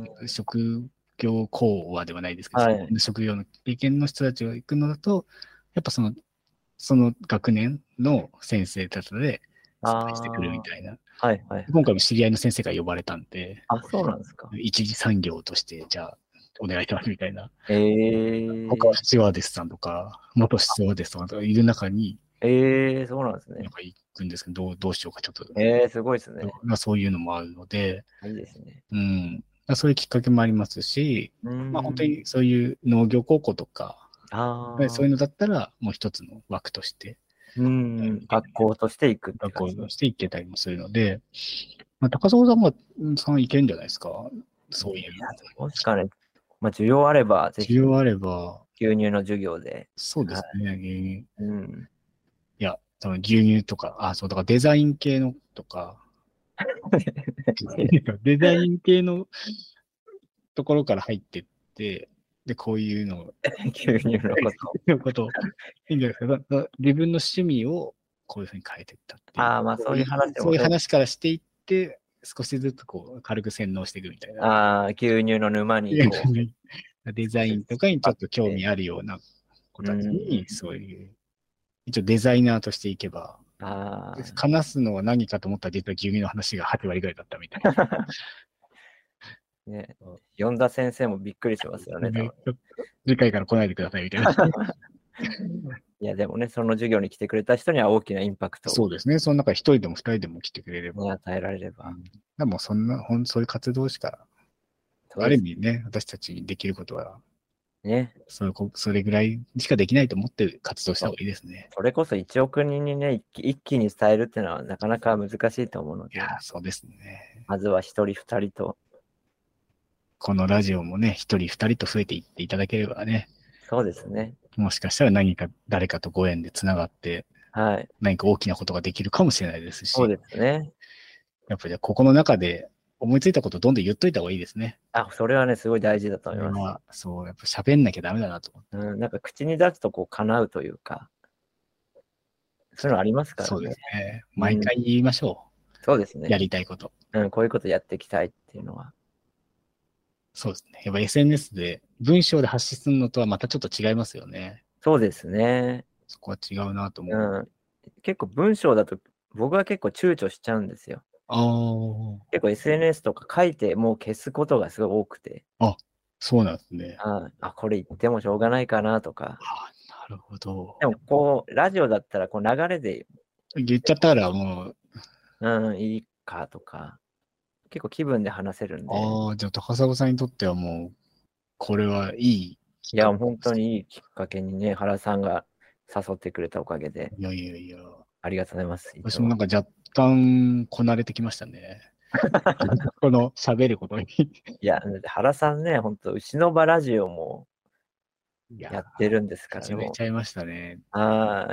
職業講話ではないですけど、 はい。 職業の経験の人たちが行くのだと、やっぱその学年の先生たちであ伝えしてくるみあ、 たいな。 はいはいはい。 今回も知り合いの先生が呼ばれたんで、 そうなんですか。 一次産業として、じゃあ、お願いしますみたいな。他はええスチュワーデスさんとか、元スチュワーデスさんとかいる中に、 そうなんですね。 なんか行くんですけど、どうしようかちょっと、 すごいですね。 そういうのもあるので、 いいですね。 うん。そういうきっかけもありますし、 うーまあ本当ん。 にそういう農業高校とか、そういうあのだったらもう一つの枠として、 学校として行くって学感じ。 校として行ってたりもするので、まあ、高砂さん行けるんじゃないですか。そういう。 いや、どうですかね。まあ、需要あれば、ぜひ、 需要あれば、 牛乳の授業で。 そうではすね。いい。うん。 多分牛乳とか、そう、だからデザイン系のとか、デザイン系のところから入ってって、で、こういうの牛乳のこと。 のこといいんじゃないですか。自分の趣味をこういうふうに変えていったっていう。 ああ、まあそういう話そういうもね。 話からしていって、少しずつこう軽く洗脳していくみたいな。 ああ、牛乳の沼いやにこデう、少しずつザインとかにちょっと興引っ張って。 味あるような子うたちに、 ん。 そういう、一応デザイナーとしていけば、 あ話すのは何かと思ったら実は牛乳の話が8割ぐらいだったみたいあ。ね。読んだ先生もびっくりしますよな。 ね、多で、ちょっと次回から来ないでくださいみたいな。 分。いや、でもね、その授業に来てくれた人には大きなインパクトを、 そうですね。その中一人でも二人でも来てくれれば。 ね、与えられれば。 でもそういう活動しか、あそうでする意味ね、私たちにできることは、 ね。 それぐらいしかできないと思って活動した方がいいですね。 それこそ1億人にね、一気に伝えるっていうのはなかなか難しいと思うので、 いや、そうですね。 まずは一人二人と、 このラジオもね、一人二人と増えていっていただければね、 そうですね。 もしかしたら誰かとご縁でつながって、 はい。 何か大きなことができるかもしれないですし、 そうですね。 やっぱりここの中で思いついたことどんどん言っといた方がいいですね。 それはね、すごい大事だと思います。 それは、そう、やっぱ喋んなきゃダメだなと思って。 なんか口に出すとこう叶うというか、そういうのありますからね。 そうですね。 うん。 毎回言いましょう。 そうですね。 やりたいこと。 こういうことやっていきたいっていうのは。 そうですね。やっぱ SNS で文章で発信するのとはまたちょっと違いますよね。 そうですね。 そこは違うなと思う。 うん。結構文章だと、僕は結構躊躇しちゃうんですよ。 あ結構 SNS とか書いてもう消すことがすごい多くて、 あ、そうなんですね。 これ言ってもしょうがないかなとか。 なるほど。 でもこう、ラジオだったらこう流れで、 言っちゃったらもう、 いいかとか、結構気分で話せるんで、 じゃあ高砂さんにとってはもう、これはいいきっいや、 かけ本当です。 にいいきっかけにね、原さんが誘ってくれたおかげで、 いやいやいや。 ありがとうございます。いつも。 私もなんか若干こなれてきましたね。この喋ることに。 いや、だって原さんね、本当牛の場ラジオもいや、 やってるんですから、 始めちゃいましたね。 はい。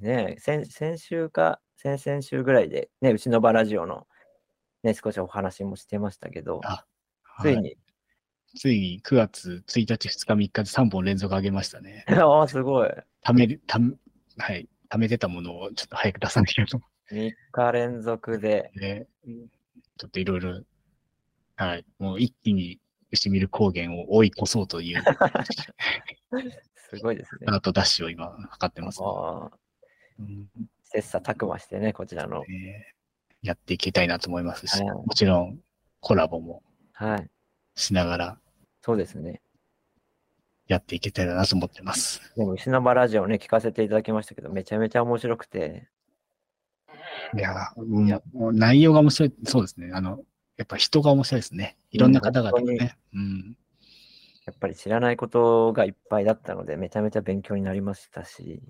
ね、先週か、先々週ぐらいで、ね、牛の場ラジオの、ね、少しお話もしてましたけど、つはい。 いに、 ついに9月1日、2日、3日で3本連続上げましたね。 すごい。 貯める、ため、はい。貯めてたものをちょっと早く出さなきゃと思 3日連続で、 って、ちょっといろいろ、はい。もう一気に牛見る高原を追い越そうというすごいですね。 スタートダッシュを今測ってますね。 ああ、 うん、 切磋琢磨してね、こちらの。 やっていきたいなと思いますし、 はもちろんコラボもはい。 しながらそうですね。 やっていけたらなと思ってます。 でも、牛の場ラジオね、聞かせていただきましたけど、めちゃめちゃ面白くて、 いや、 や、 もう内容が面白い。そうですね。やっぱ人が面白いですね。いろんな本方々 当に、 がね。うん。 やっぱり知らないことがいっぱいだったので、めちゃめちゃ勉強になりましたし、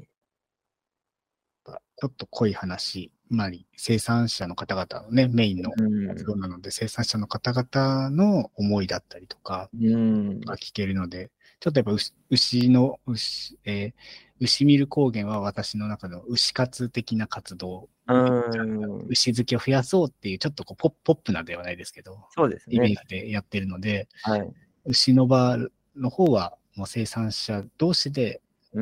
ちょっと濃い話、生産者の方々のね、メインの活うん、 動なので、生産者の方々の思いだったりとかうん、 が聞けるので、ちょっとやっぱ牛の、牛見る高原は私の中の牛活的な活動、 うん、 牛好きを増やそうっていう、ちょっとこうポップなではないですけど、 そうですね。 イメージでやってるので、 はい。 牛の場の方はもう生産者同士でうん、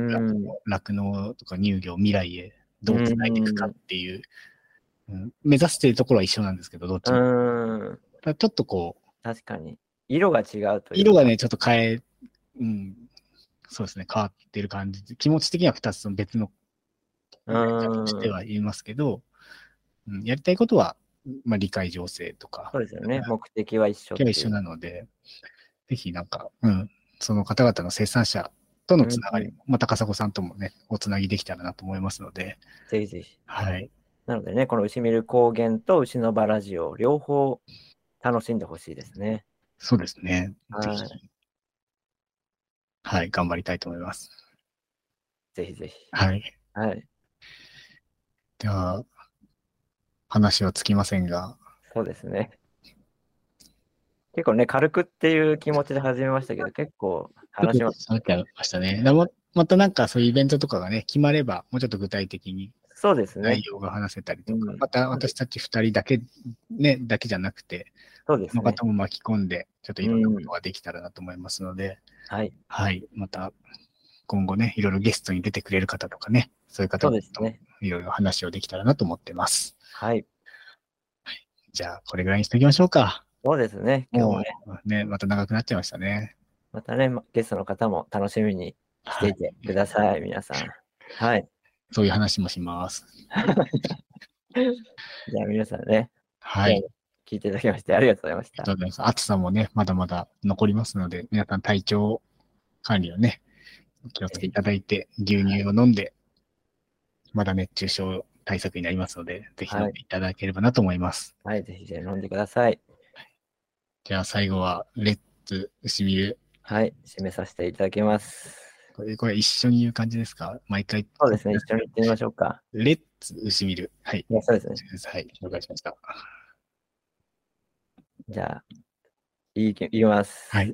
酪農とか乳業未来へうどうつないでいくかっん、 ていう、目指しているところは一緒なんですけど、どっちも。 うん、 ただちょっとこう、 確かに。色が違うというか、 色がね、ちょっとうん、そうですね、変わってる感じで、気持ち的には二つの別のうやり方としてん、 は言いますけど、やりたいことは、理解情勢とか、 そうですよね。目的は一緒っていう。 が一緒なので、ぜひなんか、その方々の生産者とのうん、 つながりも、また高砂さんともね、おつなぎできたらなと思いますので、 ぜひぜひ。 はい。 なのでね、この牛見る高原と牛の場ラジオ、両方楽しんでほしいですね。 そうですね。ぜひ、 はい。 はい、頑張りたいと思います。 ぜひぜひ。 はい。 はい。 では、話はつきませんが。 そうですね。結構ね、軽くっていう気持ちで始めましたけど、結構話しました。 喋ってましたね。またなんかそういうイベントとかがね、決まれば、もうちょっと具体的にそうですね。 内容が話せたりとか、 うん、 また私たち二人だけじゃなくて、 そうですね。 この方も巻き込んで、ちょっといろんなことができたらなと思いますので、 はい。 はい。また、今後ね、いろいろゲストに出てくれる方とかね、そういう方そうとですね。 いろいろ話をできたらなと思ってます。 はい。 じゃあ、これぐらいにしておきましょうか。 そうですね。今日もね、 また長くなっちゃいましたね。 またね、ゲストの方も楽しみにしてはい。 いてください、皆さん。はい。 そういう話もします。 じゃあ皆さんね、 はい。 聞いていただきましてありがとうございました。 ありがとうございます。暑さもね、まだまだ残りますので、皆さん体調管理をね、お気をつけいただいて、牛乳を飲んで、まだ熱中症対策になりますので、ぜひ飲んでいただければなと思います。 はい、ぜひ飲んでください。 じゃあ最後は、レッツ牛見る。 はい、締めさせていただきます。 これ一緒に言う感じですか？毎回。 そうですね、一緒に行ってみましょうか。 レッツ牛見る。はい。 そうですね。 はい、了解しました。 じゃあ、言います。 はい。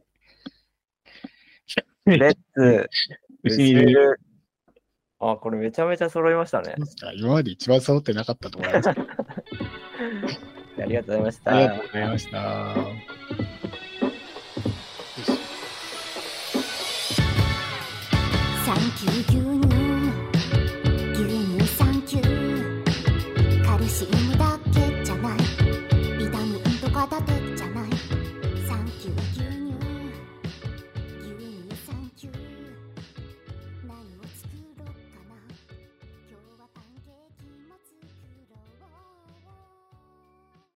レッツ牛見る。 あ、これめちゃめちゃ揃いましたね。 今まで一番揃ってなかったと思います。 ありがとうございました。 ありがとうございました。 サンキュー牛乳